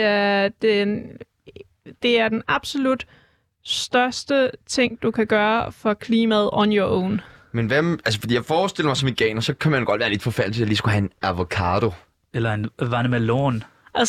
er den absolut største ting, du kan gøre for klimaet on your own. Men hvad, altså fordi jeg forestiller mig som veganer, så kan man godt være lidt forfærdet til at lige skulle have en avocado. Eller en vandmelon.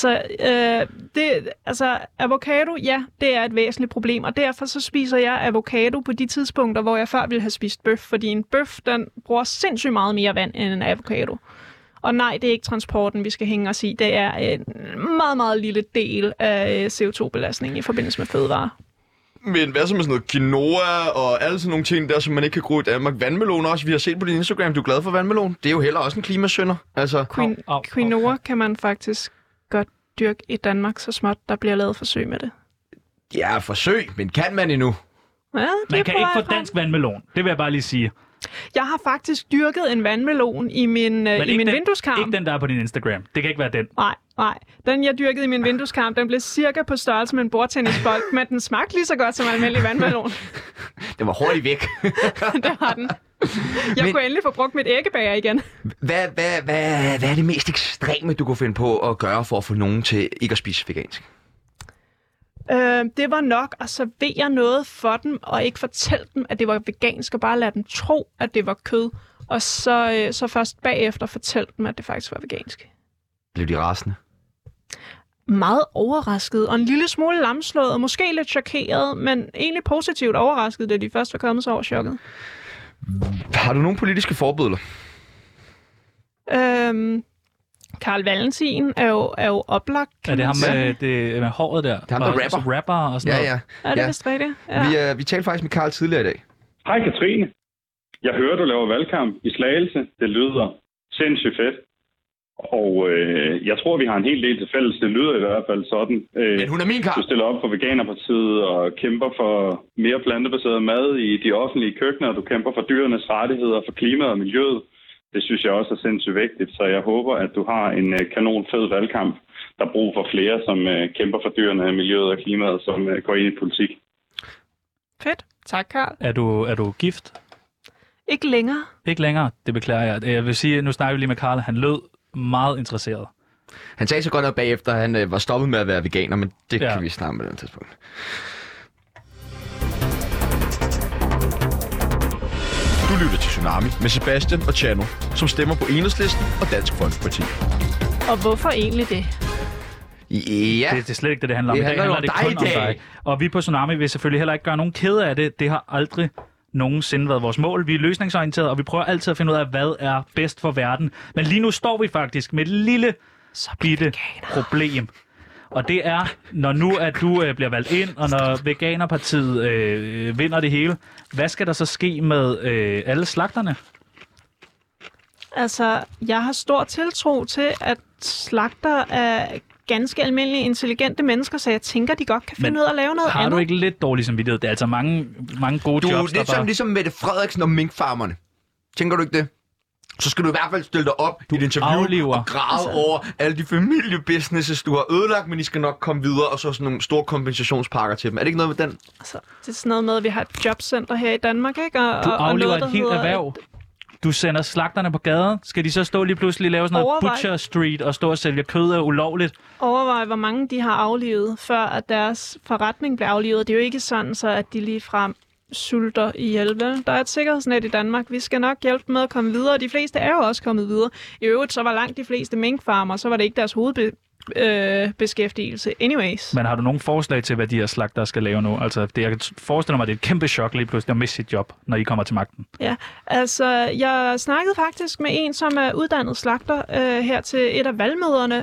Altså, avocado, ja, det er et væsentligt problem, og derfor så spiser jeg avocado på de tidspunkter, hvor jeg før ville have spist bøf, fordi en bøf, den bruger sindssygt meget mere vand end en avocado. Og nej, det er ikke transporten, vi skal hænge os i. Det er en meget, meget lille del af CO2-belastningen i forbindelse med fødevarer. Men hvad så med sådan noget quinoa og alle sådan nogle ting der, som man ikke kan gro i Danmark? Vandmelon også, vi har set på din Instagram, du er glad for vandmelon. Det er jo heller også en klimasynder. Altså. Quinoa kan man faktisk godt dyrke i Danmark så småt, der bliver lavet forsøg med det. Ja, forsøg, men kan man endnu? Ja, man kan ikke få dansk vandmelon, det vil jeg bare lige sige. Jeg har faktisk dyrket en vandmelon i min vindueskarm. Ikke den, der er på din Instagram. Det kan ikke være den. Nej. Den, jeg dyrkede i min vindueskarm, den blev cirka på størrelse med en bordtennisbold, men den smagte lige så godt som almindelig vandmelon. Den var hurtigt væk. Det var den. Jeg kunne endelig få brugt mit æggebager igen. Hvad er det mest ekstreme, du kunne finde på at gøre for at få nogen til ikke at spise vegansk? Det var nok at servere noget for dem, og ikke fortælle dem, at det var vegansk, og bare lade dem tro, at det var kød. Og så først bagefter fortælle dem, at det faktisk var vegansk. Blev de rasende? Meget overrasket, og en lille smule lamslået, og måske lidt chokeret, men egentlig positivt overrasket, da de først var kommet så over chokket. Har du nogle politiske forbilleder? Carl Valentin er jo oplagt. Er det ham med håret der? Det er ham, der rapper og sådan noget? Ja. Er det vist rigtigt? Ja. Vi talte faktisk med Carl tidligere i dag. Hej Katrine. Jeg hører, du laver valgkamp i Slagelse. Det lyder sindssygt fedt. Og jeg tror, vi har en hel del til fælles. Det lyder i hvert fald sådan. Men hun er min Carl. Du stiller op for Veganerpartiet og kæmper for mere plantebaseret mad i de offentlige køkkener. Du kæmper for dyrenes rettigheder, for klimaet og miljøet. Det synes jeg også er sindssygt vigtigt, så jeg håber, at du har en kanon fed valgkamp, der er brug for flere, som kæmper for dyrene, miljøet og klimaet, som går ind i politik. Fedt. Tak, Carl. Er du gift? Ikke længere. Ikke længere, det beklager jeg. Jeg vil sige, nu snakker vi lige med Carl, han lød meget interesseret. Han sagde så godt nok bagefter, at han var stoppet med at være veganer, men det kan vi snakke med den tidspunkt. Du lytter til Tsunami med Sebastian og Chano, som stemmer på Enhedslisten og Dansk Folkeparti. Og hvorfor egentlig det? Ja. Det er slet ikke det handler om. Det handler kun om dig. Og vi på Tsunami vil selvfølgelig heller ikke gøre nogen kede af det. Det har aldrig nogensinde været vores mål. Vi er løsningsorienterede, og vi prøver altid at finde ud af, hvad er bedst for verden. Men lige nu står vi faktisk med et lille bitte problem. Og det er, når nu at du bliver valgt ind, og når Veganerpartiet vinder det hele, hvad skal der så ske med alle slagterne? Altså, jeg har stor tiltro til, at slagter er ganske almindelige, intelligente mennesker, så jeg tænker, de godt kan finde ud af at lave noget andet. Har du ikke lidt dårlig samvittighed? Det er altså mange gode jobs, der bare... ligesom Mette Frederiksen og minkfarmerne. Tænker du ikke det? Så skal du i hvert fald stille dig op i et interview og græde over alle de familiebusinesses, du har ødelagt, men I skal nok komme videre, og så sådan nogle store kompensationspakker til dem. Er det ikke noget med den? Altså, det er sådan noget med, at vi har et jobcenter her i Danmark, ikke? Du aflever et helt erhverv. Du sender slagterne på gaden. Skal de så stå lige pludselig lave sådan noget Butcher Street og stå og sælge kød er ulovligt? Overvej, hvor mange de har aflivet, før at deres forretning bliver aflivet. Det er jo ikke sådan, så at de ligefrem sulter ihjel. Der er et sikkerhedsnet i Danmark. Vi skal nok hjælpe med at komme videre. De fleste er jo også kommet videre. I øvrigt, så var langt de fleste minkfarmer, så var det ikke deres hovedbeskæftigelse. Anyways. Men har du nogle forslag til, hvad de her slagtere skal lave nu? Altså, jeg forestiller mig, at det er et kæmpe chok lige pludselig at miste sit job, når I kommer til magten. Ja, altså, jeg snakkede faktisk med en, som er uddannet slagter her til et af valgmøderne.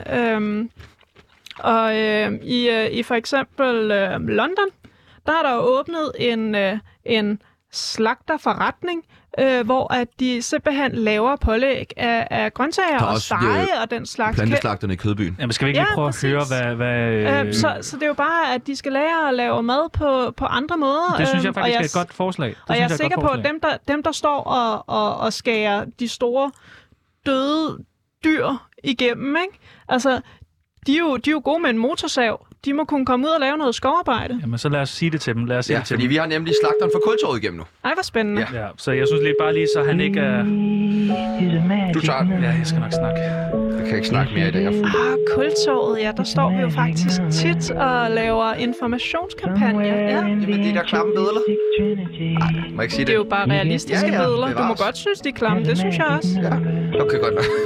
I for eksempel London, der er der åbnet en slagterforretning, hvor at de simpelthen laver pålæg af grøntsager og stege og den slags. Planteslagterne i Kødbyen. Jamen, skal vi ikke lige prøve at høre, hvad... Så det er jo bare, at de skal lære at lave mad på andre måder. Det synes jeg faktisk er et godt forslag. Og jeg er sikker på, at dem, der står og skærer de store døde dyr igennem, ikke? Altså, de er jo gode med en motorsav. de må kunne komme ud og lave noget skovarbejde. Jamen, så lad os sige det til dem. Fordi vi har nemlig slagteren for Kultorvet igennem nu. Ej, hvor spændende. Ja, så jeg synes lige bare lige, så han ikke er... Du tager den. Ja, jeg skal nok snakke. Jeg kan ikke snakke mere i dag. Kultorvet, ja, der står vi jo faktisk tit og laver informationskampagner. Ja. Jamen, de der klamme billeder. Nej, må jeg ikke sige det? Det er jo bare realistiske billeder. Du må godt synes, de er klamme. Det synes jeg også. Ja, okay, godt nok.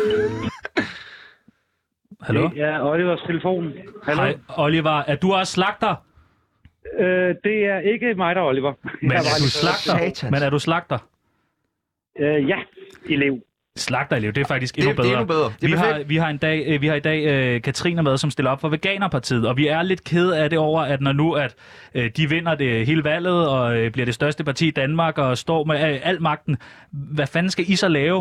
Hallo? Ja, Olivers telefon. Hallo? Hej, Oliver. Er du også slagter? Det er ikke mig, der er Oliver. Men er du slagter? Men er du slagter? Ja, elev. Slagterelev, det er faktisk endnu bedre. Vi har i dag Katrine med, som stiller op for Veganerpartiet, og vi er lidt kede af det over, at når nu at de vinder det hele valget og bliver det største parti i Danmark og står med al magten, hvad fanden skal I så lave?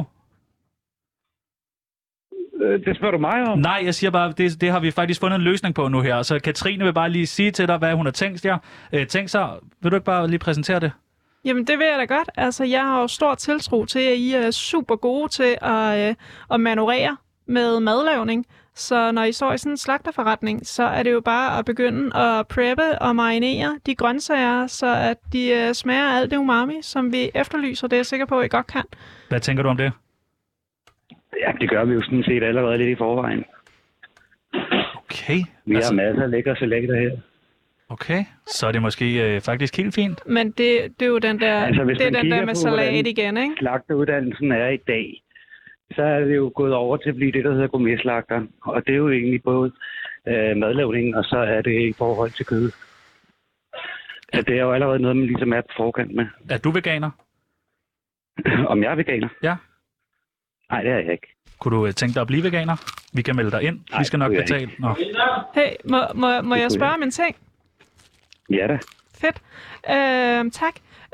Det spørger du mig om? Nej, jeg siger bare, det har vi faktisk fundet en løsning på nu her. Så Katrine vil bare lige sige til dig, hvad hun har tænkt sig. Vil du ikke bare lige præsentere det? Jamen, det vil jeg da godt. Altså, jeg har jo stor tiltro til, at I er super gode til at manøvrere med madlavning. Så når I står i sådan en slagterforretning, så er det jo bare at begynde at preppe og marinere de grøntsager, så at de smager alt det umami, som vi efterlyser. Det er jeg sikker på, at I godt kan. Hvad tænker du om det? Ja, det gør vi jo sådan set allerede lidt i forvejen. Okay. Vi har masser af lækre selekter her. Okay, så er det måske faktisk helt fint. Men det er jo den der, altså, det er den der med salat igen, ikke? Slagteruddannelsen er i dag, så er det jo gået over til at blive det, der hedder gourmetslagter. Og det er jo egentlig både madlavning, og så er det i forhold til kød. Så det er jo allerede noget, man ligesom er på forkant med. Er du veganer? Om jeg er veganer? Ja. Nej, det er jeg ikke. Kunne du tænke dig at blive veganer? Vi kan melde dig ind. Nej, vi skal nok betale. Nå. Hey, må jeg spørge om en ting? Ja da. Fedt. Tak.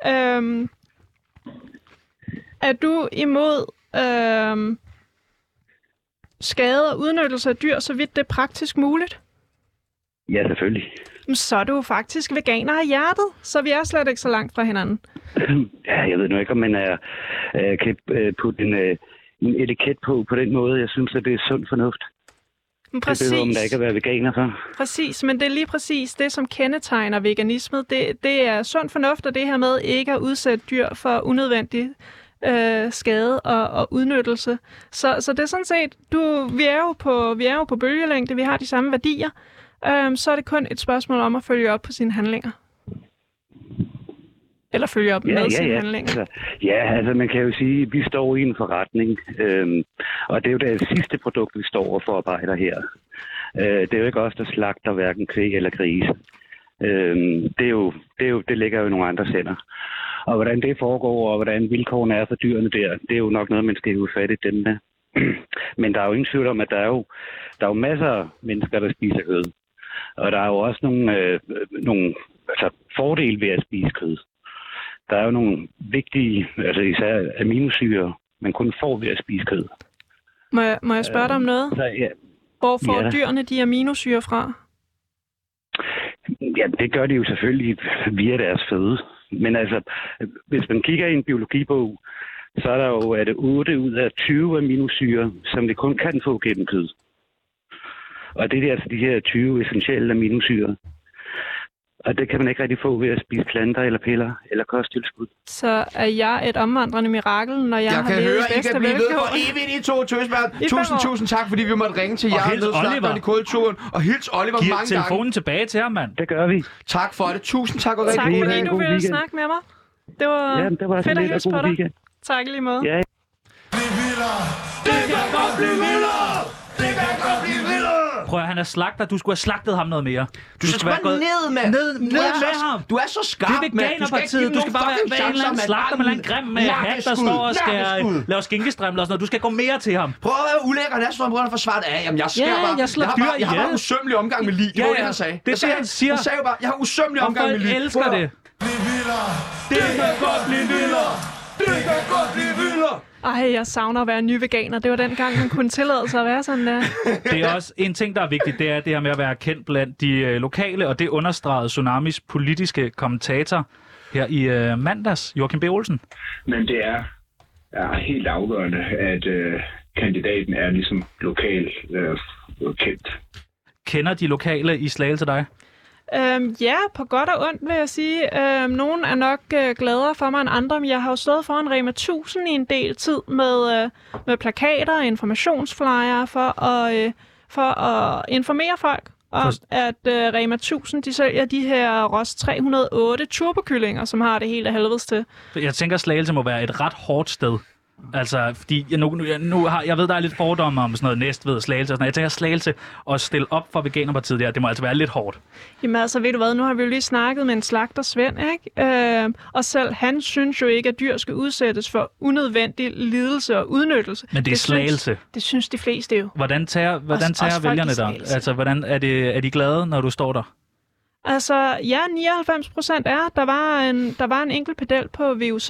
Er du imod skade og udnyttelse af dyr, så vidt det er praktisk muligt? Ja, selvfølgelig. Så er du faktisk veganer af hjertet, så vi er slet ikke så langt fra hinanden. Ja, jeg ved nu ikke, om man kan putte en etiket på den måde. Jeg synes, at det er sund fornuft. Præcis. Det behøver man da ikke at være veganer for. Præcis, men det er lige præcis det, som kendetegner veganisme. Det er sund fornuft, og det her med ikke at udsætte dyr for unødvendig skade og udnyttelse. Så det er sådan set, vi er jo på bølgelængde, vi har de samme værdier. Så er det kun et spørgsmål om at følge op på sine handlinger. Eller følge op med sine handlinger. Altså man kan jo sige, at vi står i en forretning, og det er jo det sidste produkt, vi står og forarbejder her. Det er jo ikke os, der slagter hverken kvæg eller grise. Det ligger jo i nogle andre hænder. Og hvordan det foregår, og hvordan vilkårene er for dyrene der, det er jo nok noget, man skal hive fat i dem med. Men der er jo ingen tvivl om, at der er jo masser af mennesker, der spiser kød. Og der er jo også nogle fordele ved at spise kød. Der er jo nogle vigtige, altså især aminosyrer, man kun får ved at spise kød. Må jeg spørge dig om noget? Hvor får dyrene de aminosyrer fra? Ja, det gør de jo selvfølgelig via deres føde. Men altså, hvis man kigger i en biologibog, så er der jo 8 ud af 20 aminosyrer, som vi kun kan få gennem kød. Og det er altså de her 20 essentielle aminosyrer. Og det kan man ikke rigtig få ved at spise planter eller piller eller kosttilskud. Så er jeg et omvandrende mirakel, når jeg har levet bedst af velgående? Jeg kan høre, I kan blive ved for evigt i to tøsmand. Tusind tak, fordi vi måtte ringe til jer ned slagteren i kulturen. Og hils Oliver mange gange. Giv telefonen tilbage til ham, mand. Det gør vi. Tak for det. Tusind tak og rigtig god dag. Tak fordi du ville snakke med mig. Det var fedt at hilse på dig. Tak lige måde. Ja. Det kan godt blive vildere! Det kan godt blive vildere! Prøv at han er slagter. Du skulle have slagtet ham noget mere. Du skal bare ned, mand. Ned med ham. Du er så skarp, mand. Det er Veganerpartiet. Du skal bare være en eller anden slagter med en grim hat, der står og skal lave skinkestrimler og sådan noget. Du skal gå mere til ham. Prøv at være ulækker. Han er sådan, prøv at forsvare det af. Jamen, jeg har bare usømmelig omgang med lig. Det var det, han sagde. Det er det, han siger. Han sagde jo bare, jeg har usømmelig omgang med lig. Og folk elsker det. Det kan godt blive vildere. Det kan godt blive vildere. Ej, jeg savner at være ny veganer. Det var dengang, man kunne tillade sig at være sådan der. Det er også en ting, der er vigtigt, det er det her med at være kendt blandt de lokale, og det understregede Tsunamis politiske kommentator her i mandags, Joachim B. Olsen. Men det er helt afgørende, at kandidaten er ligesom lokal kendt. Kender de lokale i Slagelse dig? Ja, på godt og ondt vil jeg sige. Nogle er nok gladere for mig end andre, men jeg har jo stået foran Rema 1000 i en del tid med plakater og informationsflyer for at informere folk om, at Rema 1000 de sælger de her Ross 308 turbokyllinger, som har det hele af helvedes til. Jeg tænker, Slagelse må være et ret hårdt sted. Altså, fordi jeg ved, der er lidt fordomme om sådan noget Næstved, Slagelse og sådan noget. Jeg tænker, Slagelse og stille op for Veganerpartiet der, det må altså være lidt hårdt. Jamen altså, ved du hvad, nu har vi jo lige snakket med en slagter Svend, ikke? Og selv han synes jo ikke, at dyr skal udsættes for unødvendig lidelse og udnyttelse. Men det er Slagelse. Det synes de fleste jo. Hvordan tager vælgerne der? Altså, hvordan er de glade, når du står der? Altså, ja, 99% er. Der var en enkelt pedel på VUC,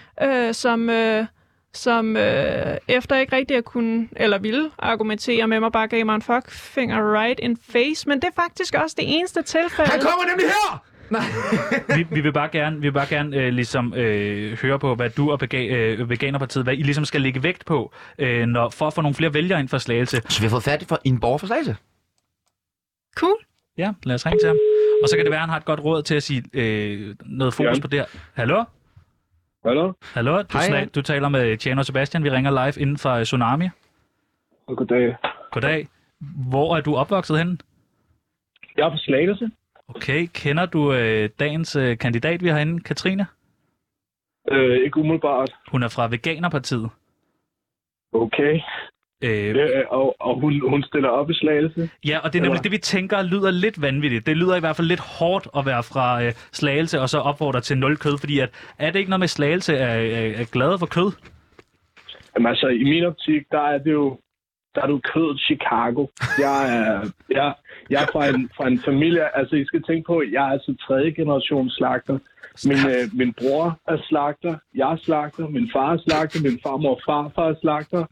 som efter ikke rigtig at kunne, eller ville argumentere med mig, bare gav mig en fuckfinger right in face. Men det er faktisk også det eneste tilfælde. Han kommer nemlig her! Nej. vi vil bare gerne ligesom høre på, hvad du og Veganerpartiet, hvad I ligesom skal lægge vægt på, for at få nogle flere vælgere ind for Slagelse. Så vi har fået fat i en borger for Slagelse. Cool. Ja, lad os ringe til ham. Og så kan det være, at han har et godt råd til at sige noget fokus på det her. Hallo? Hallo, du taler med Tjano og Sebastian. Vi ringer live inden for Tsunami. Goddag. Goddag. Hvor er du opvokset henne? Jeg er på Slagelse. Okay, kender du dagens kandidat, vi har inde, Katrine? Ikke umiddelbart. Hun er fra Veganerpartiet. Okay. Og hun stiller op i Slagelse. Ja, og det er nemlig det, vi tænker lyder lidt vanvittigt. Det lyder i hvert fald lidt hårdt at være fra Slagelse og så opfordre til 0 kød, fordi er det ikke noget med Slagelse er glade for kød? Jamen altså, i min optik, der er du kødet Chicago. Jeg er fra en familie, altså I skal tænke på, at jeg er altså 3. generation slagter. Min bror er slagter, jeg er slagter, min far er slagter, min farmor og farfar er slagter.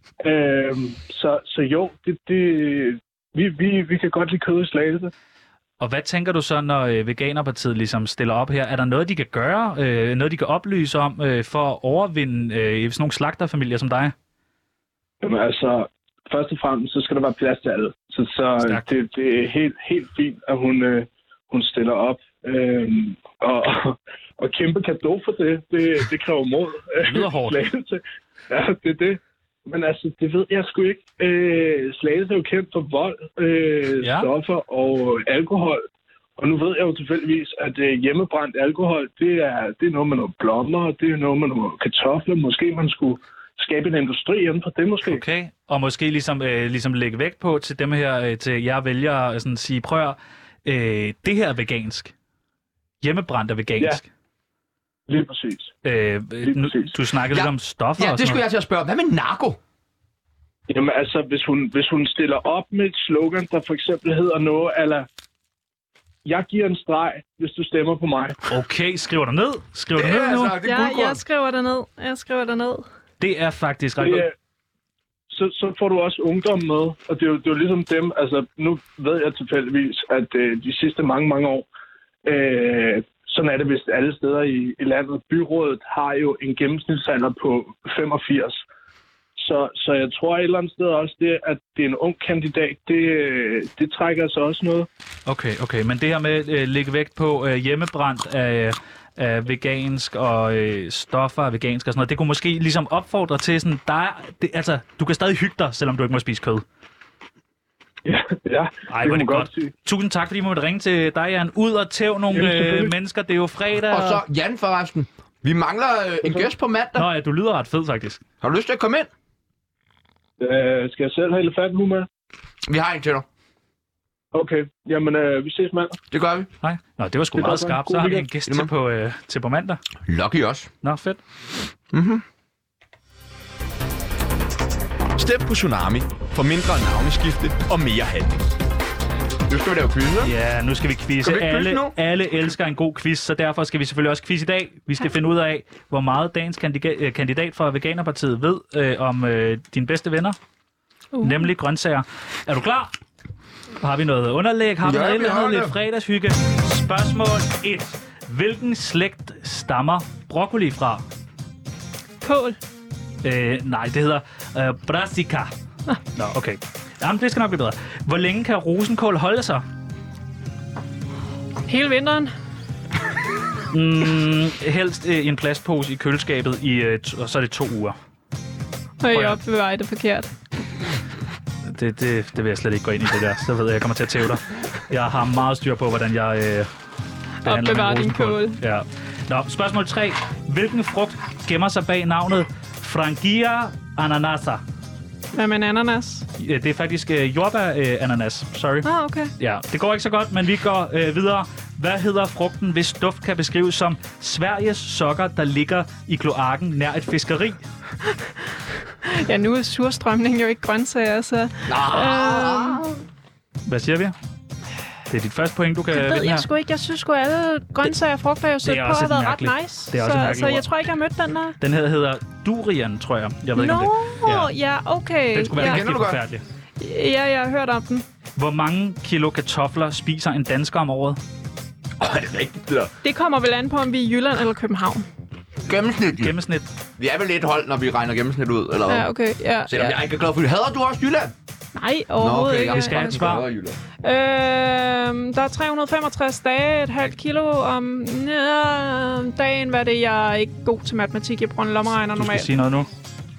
Så jo, vi kan godt lide kød i Slagelse. Og hvad tænker du så, når Veganerpartiet ligesom stiller op her? Er der noget, de kan gøre, noget de kan oplyse om for at overvinde sådan nogle slagterfamilier som dig? Jamen altså, først og fremmest, så skal der være plads til alle. Så det er helt fint, at hun stiller op. Og kæmpe cadeau for det kræver mod. Det lyder hårdt. Ja, det er det. Men altså, det ved jeg sgu ikke. Slagelse er jo kendt for vold, stoffer og alkohol. Og nu ved jeg jo tilfældigvis, at hjemmebrændt alkohol, det er noget med nogle blommer, det er noget med nogle kartofler. Måske man skulle skabe en industri inden for det måske. Okay, og måske ligesom lægge vægt på til dem her, til jer vælgere, sådan sige, prøv det her er vegansk. Hjemmebrændt er vegansk. Ja. Lige præcis. Du snakkede lidt om stoffer. Ja, det skulle jeg til at spørge. Hvad med narko? Jamen altså, hvis hun stiller op med et slogan, der for eksempel hedder noget, eller jeg giver en streg, hvis du stemmer på mig. Okay, skriver du ned? Skriver du ned nu? Ja, jeg skriver det ned. Det er faktisk ret godt. Så får du også ungdom med, og det er jo ligesom dem, altså nu ved jeg tilfældigvis, at de sidste mange år, sådan er det vist alle steder i landet. Byrådet har jo en gennemsnitsalder på 85. Så jeg tror et eller andet sted også, at det er en ung kandidat, det trækker altså også noget. Okay. Men det her med at lægge vægt på hjemmebrændt af vegansk og stoffer af vegansk og sådan noget, det kunne måske ligesom opfordre til sådan, altså, du kan stadig hygge dig, selvom du ikke må spise kød. Ja, ej, det godt. Sige. Tusind tak, fordi I måtte ringe til dig, Jan. Ud og tæv nogle mennesker, det er jo fredag. Og så, Jan forresten, vi mangler en gæst på mandag. Nå ja, du lyder ret fed faktisk. Har du lyst til at komme ind? Skal jeg selv have elefant nu med? Vi har en til dig. Okay, jamen vi ses mandag. Det gør vi. Hej. Nå, det var sgu meget skarpt. Så har vi en gæst til på mandag. Lucky også. Nå, fedt. Mhm. Stem på Tsunami for mindre navneskifte og mere handling. Nu skal vi lave quiz, ikke? Ja, nu skal vi quizze. Alle elsker en god quiz, så derfor skal vi selvfølgelig også quizze i dag. Vi skal finde ud af, hvor meget dagens kandidat for Veganerpartiet ved om dine bedste venner. Nemlig grøntsager. Er du klar? Har vi noget underlæg? Har vi noget lidt fredagshygge? Spørgsmål 1. Hvilken slægt stammer broccoli fra? Kål. Nej, det hedder brassica. Nå, okay. Jamen, det skal nok blive bedre. Hvor længe kan rosenkål holde sig? Hele vinteren. Helst i en plastpose i køleskabet, og så er det 2 uger. Og jeg opbevarer det forkert. Det vil jeg slet ikke gå ind i det der. Så ved jeg kommer til at tæve dig. Jeg har meget styr på, hvordan jeg opbevarer din kål. Ja. Nå, spørgsmål 3. Hvilken frugt gemmer sig bag navnet Frangia ananasa? Hvad med en ananas? Det er faktisk jordbær-ananas. Sorry. Okay. Ja, det går ikke så godt, men vi går videre. Hvad hedder frugten, hvis duft kan beskrives som Sveriges sokker, der ligger i kloakken nær et fiskeri? Ja, nu er surstrømning jo ikke grøntsager, så... Hvad siger vi? Det er dit første point, du kan det ved vinde her. Jeg sgu ikke. Jeg synes sgu, alle grøntsager og frugter, jeg har set på, har været ret nice. Det er også så jeg tror ikke, jeg har mødt den der. Den her hedder durian, tror jeg. Jeg ved ikke om det. Ja, okay. Den skulle være rigtig forfærdelig. Ja, jeg har hørt om den. Hvor mange kilo kartofler spiser en dansker om året? Er det rigtigt, det der? Det kommer vel an på, om vi er i Jylland eller København. Gennemsnit. Vi er vel et hold, når vi regner gennemsnit ud, eller hvad? Ja, okay. Ja, selvom jeg ikke er glad for det. Hader du også Jylland? Nej, overhovedet ikke. Vi skal have et svar. Der er 365 dage, et halvt kilo om dagen. Hvad er det? Jeg er ikke god til matematik. Jeg bruger en lommeregner normalt. Du skal sige noget nu.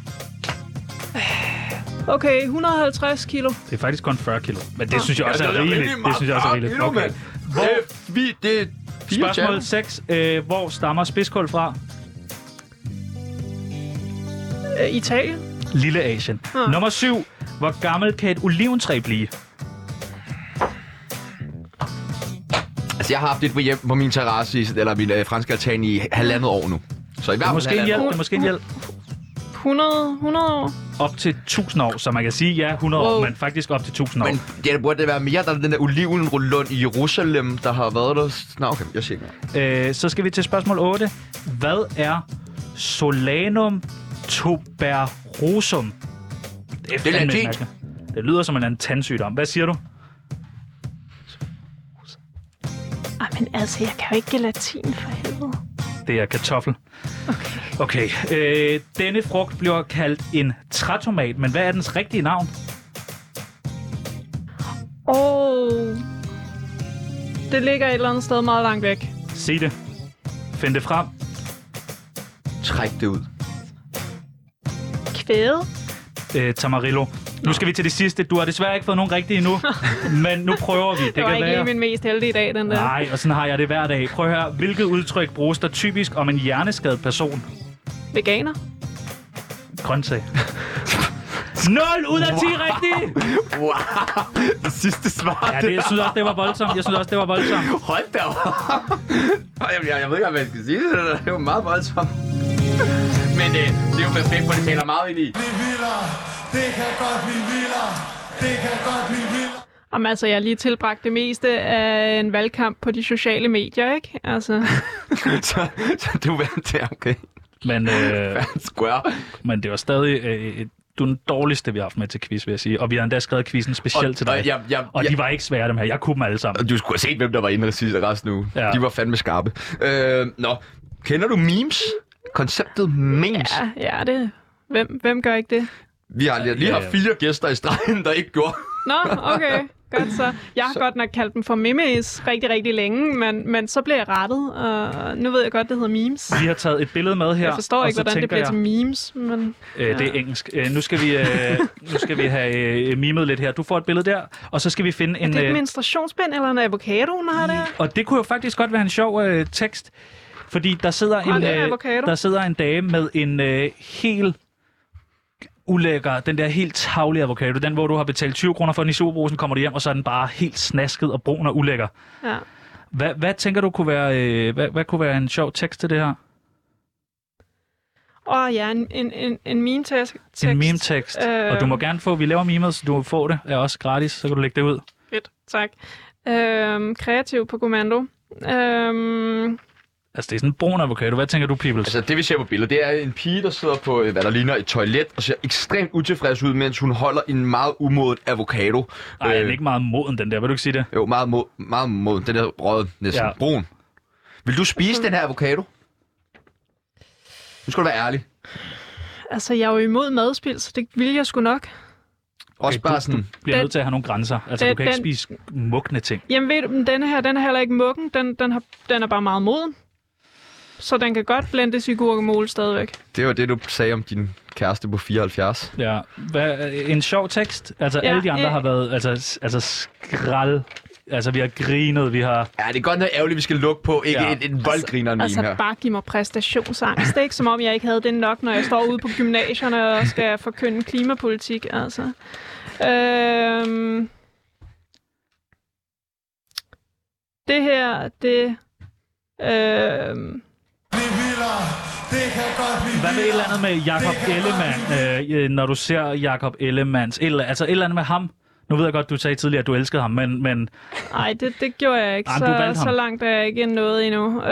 Okay, 150 kilo. Det er faktisk kun 40 kilo. Men det synes jeg også er rigeligt. Det synes jeg også er rigeligt. Okay. Det spørgsmål 6. Hvor stammer spidskål fra? Italien. Lille Asien. Nummer 7. Hvor gammel kan et oliventræ blive? Altså, jeg har haft et på min terrasse, eller min franske altan i 1,5 år nu. Så i hvert fald Det er måske en hjælp. 100 år? Op til 1000 år, så man kan sige, ja, 100 år, men faktisk op til 1000 år. Men det burde det være mere, der er den der olivenrulund i Jerusalem, der har været der. Nå, okay, jeg siger ikke. Så skal vi til spørgsmål 8. Hvad er Solanum tuberosum? Det er latin. Det lyder som en anden tandsygdom. Hvad siger du? Men altså, jeg kan jo ikke latin for helvede. Det er kartoffel. Okay. Denne frugt bliver kaldt en trætomat, men hvad er dens rigtige navn? Det ligger et eller andet sted meget langt væk. Sig det. Find det frem. Træk det ud. Kvæde? Tamarillo. Nu skal vi til det sidste. Du har desværre ikke fået nogen rigtige endnu, men nu prøver vi. Det var ikke lige min mest heldige dag, den der. Nej, og sådan har jeg det hver dag. Prøv at høre, hvilket udtryk bruges der typisk om en hjerneskadet person? Veganer? Grøntsag. 0 ud af 10 rigtige! Wow, det sidste svar. Ja, jeg synes også, det var voldsomt. Hold da op. Jeg ved ikke, hvad jeg skal sige. Det var meget voldsomt. Men det er jo perfekt, for det taler meget ind i. Det kan godt blive vildere. Det kan godt blive vildere. Jamen altså, jeg har lige tilbragt det meste af en valgkamp på de sociale medier, ikke? Altså. så du vandt det, okay. Men, men det var stadig... du er den dårligste, vi har haft med til quiz, vil jeg sige. Og vi har endda skrevet quizzen specielt til dig. Og de var ikke svære, dem her. Jeg kunne dem alle sammen. Du skulle have set, hvem der var inde og sidste resten nu. Ja. De var fandme skarpe. Kender du memes? Konceptet memes? Ja, det... Hvem gør ikke det? Vi har lige haft 4 gæster i stregen, der ikke gjorde. Nå, okay. Godt så. Jeg har godt nok kaldt dem for memes rigtig, rigtig længe, men så blev jeg rettet, og nu ved jeg godt, det hedder memes. Vi har taget et billede med her. Jeg forstår ikke, hvordan det bliver til memes, men... Det er engelsk. Nu skal vi have mimet lidt her. Du får et billede der, og så skal vi finde en... Er det et menstruationsbind eller en avocado, hun har der? Og det kunne jo faktisk godt være en sjov tekst, fordi der sidder en dame med en helt ulækker, den der helt tavlige avocado, den hvor du har betalt 20 kroner for den i Superbrugsen, kommer du hjem, og så er den bare helt snasket og brun og ulækker. Ja. Hvad tænker du kunne være, hvad kunne være en sjov tekst til det her? En meme-tekst. En meme-tekst. Og du må gerne få, vi laver memet, så du får det, er også gratis, så kan du lægge det ud. Fedt, tak. Kreativ på kommando. Altså, det er sådan en brun avocado. Hvad tænker du, Peoples? Altså, det vi ser på billedet, det er en pige, der sidder på, hvad der ligner et toilet, og ser ekstremt utilfreds ud, mens hun holder en meget umoden avocado. Nej, den er ikke meget moden, den der. Vil du ikke sige det? Jo, meget moden. Den der rød, næsten brun. Vil du spise den her avocado? Nu skal du være ærlig. Altså, jeg er jo imod madspil, så det vil jeg sgu nok. Også bare sådan... Du bliver nødt til at have nogle grænser. Altså, du kan ikke spise mugne ting. Jamen ved du, den er heller ikke muggen. Den er bare meget moden. Så den kan godt blendes i guacamole stadigvæk. Det var det, du sagde om din kæreste på 74. Ja. En sjov tekst. Altså, alle de andre har været altså skrald. Altså, vi har grinet, vi har... Ja, det er godt noget ærgerligt, vi skal lukke på. Ikke en voldgriner altså, her. Bare giv mig præstationsangst. Det er ikke som om, jeg ikke havde det nok, når jeg står ude på gymnasierne og skal forkynde klimapolitik. Altså. Det her, det... Hvad med et eller andet med Jakob Ellemann, når du ser Jakob Ellemanns... et eller andet med ham? Nu ved jeg godt, du sagde tidligere, at du elskede ham, men... Nej, det gjorde jeg ikke. Så langt er jeg ikke nået endnu.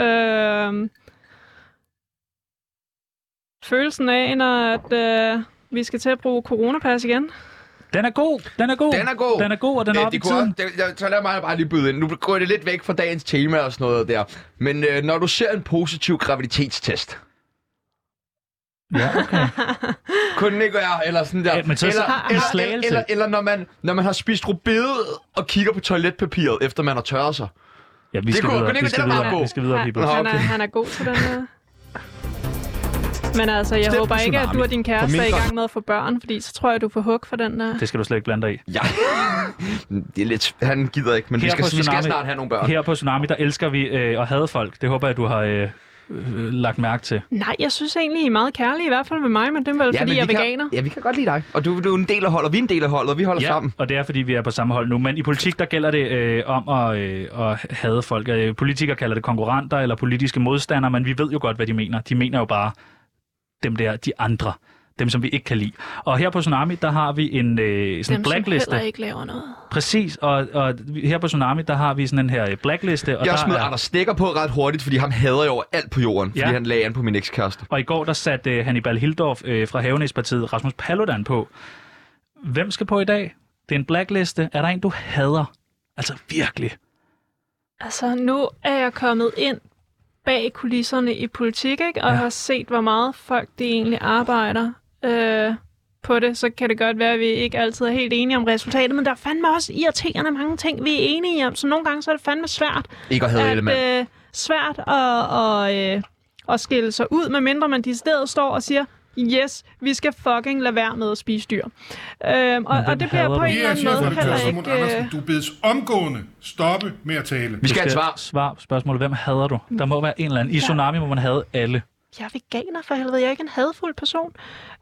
Følelsen af, når vi skal til at bruge coronapas igen. Den er god, og den er oppe i tiden. Så lad mig bare lige byde ind. Nu går det lidt væk fra dagens tema og sådan noget der. Men når du ser en positiv graviditetstest... Ja, okay. Kun ikke jeg, eller sådan der. Ja, men eller når man har spist rubede og kigger på toiletpapiret, efter man har tørret sig. Ja, vi skal videre. Han er god til den her. Men altså, jeg håber ikke, at du og din kæreste er i gang med at få børn, fordi så tror jeg, du får hug for den der. Det skal du slet ikke blande dig i. Ja, det er lidt... Han gider ikke, men vi skal snart have nogle børn. Her på Tsunami, der elsker vi at hade folk. Det håber jeg, du har... lagt mærke til. Nej, jeg synes egentlig, I er meget kærlige, i hvert fald med mig, men det er vel, fordi jeg er veganer. Ja, vi kan godt lide dig. Og du er en del af holdet, og vi er en del af holdet, og vi holder sammen. Og det er, fordi vi er på samme hold nu. Men i politik, der gælder det om at hade folk. Politikere kalder det konkurrenter eller politiske modstandere, men vi ved jo godt, hvad de mener. De mener jo bare dem der, de andre. Dem, som vi ikke kan lide. Og her på Tsunami, der har vi en sådan blackliste. Dem, som heller ikke laver noget. Præcis, og her på Tsunami, der har vi sådan en her blackliste. Og jeg smed Anders Stikker på ret hurtigt, fordi ham hader jo alt på jorden, fordi han lagde an på min ekskæreste. Og i går, der satte Hannibal Hildorf fra Havenæspartiet Rasmus Paludan på. Hvem skal på i dag? Det er en blackliste. Er der en, du hader? Altså virkelig. Altså, nu er jeg kommet ind bag kulisserne i politik, ikke? Og har set, hvor meget folk de egentlig arbejder på det. Så kan det godt være, at vi ikke altid er helt enige om resultatet, men der er fandme også irriterende mange ting, vi er enige om. Så nogle gange så er det fandme svært. Ikke at have Ellemann. Svært at skille sig ud, medmindre man de steder står og siger, yes, vi skal fucking lade være med at spise dyr. Og det bliver på en eller anden måde heller ikke... Andersen, du bedes omgående stoppe med at tale. Vi skal have svar på spørgsmålet. Hvem hader du? Der må være en eller anden. I Tsunami må man hade alle. Jeg er veganer, for helvede. Jeg er ikke en hadfuld person.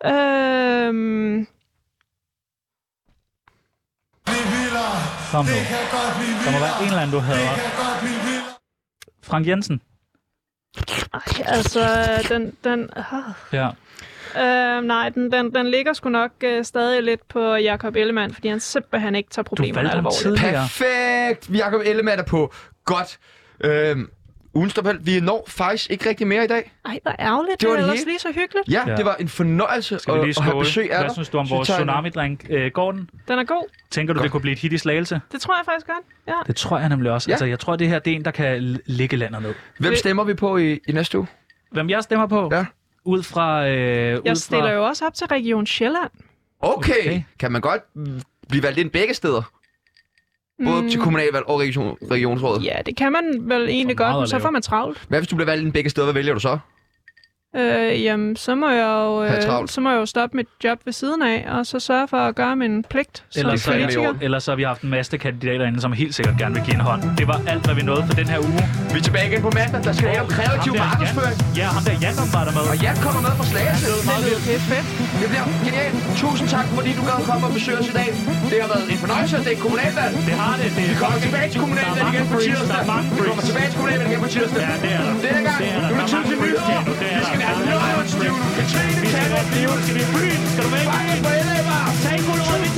Kom nu. Der må være en eller anden, du hader. Frank Jensen. Ej, altså, Ja. Nej, den ligger sgu nok stadig lidt på Jakob Ellemann, fordi han simpelthen ikke tager problemerne alvorligt. Perfekt! Jakob Ellemann er på. Godt. Ugen Stophold, vi når faktisk ikke rigtig mere i dag. Ej, hvor ærgerligt. Det var ellers lige så hyggeligt. Ja, det var en fornøjelse at have besøg af dig. Hvad synes du om vores Tsunami-drink? Går den? Den er god. Tænker du, det kunne blive et hit i Slagelse? Det tror jeg faktisk godt, ja. Det tror jeg nemlig også. Ja. Altså, jeg tror, det her det er en, der kan ligge landet ned. Hvem stemmer vi på i næste uge? Hvem jeg stemmer på? Ja. Ud fra... jeg stiller jo også op til Region Sjælland. Okay. Kan man godt blive valgt ind begge steder? Både til kommunalvalg og regionsrådet? Ja, det kan man vel egentlig godt, men så får man travlt. Hvad hvis du bliver valgt ind begge steder? Hvad vælger du så? Jamen, så må jeg jo stoppe mit job ved siden af, og så sørge for at gøre min pligt som politiker. Ellers så har vi haft en masse kandidater inde, som helt sikkert gerne vil give en hånd. Det var alt, hvad vi nåede for den her uge. Vi er tilbage igen på mandag. Der skal lave kreativ markedsføring. Ja, ham der Jan var der med. Og Jan kommer med fra Slagelse. Det er fedt. Det bliver genialt. Tusind tak, fordi du gad at komme og besøge os i dag. Det har været en fornøjelse, at det er kommunalvalg. Det har det. Vi kommer tilbage til kommunalvalg igen på tirsdag. Vi kommer tilbage til kommunalvalg igen på tirsdag. Ja, det er der. Det er gang. Nu er det tid til nyheder. Vi skal have nyheder. Katrine, Kalle,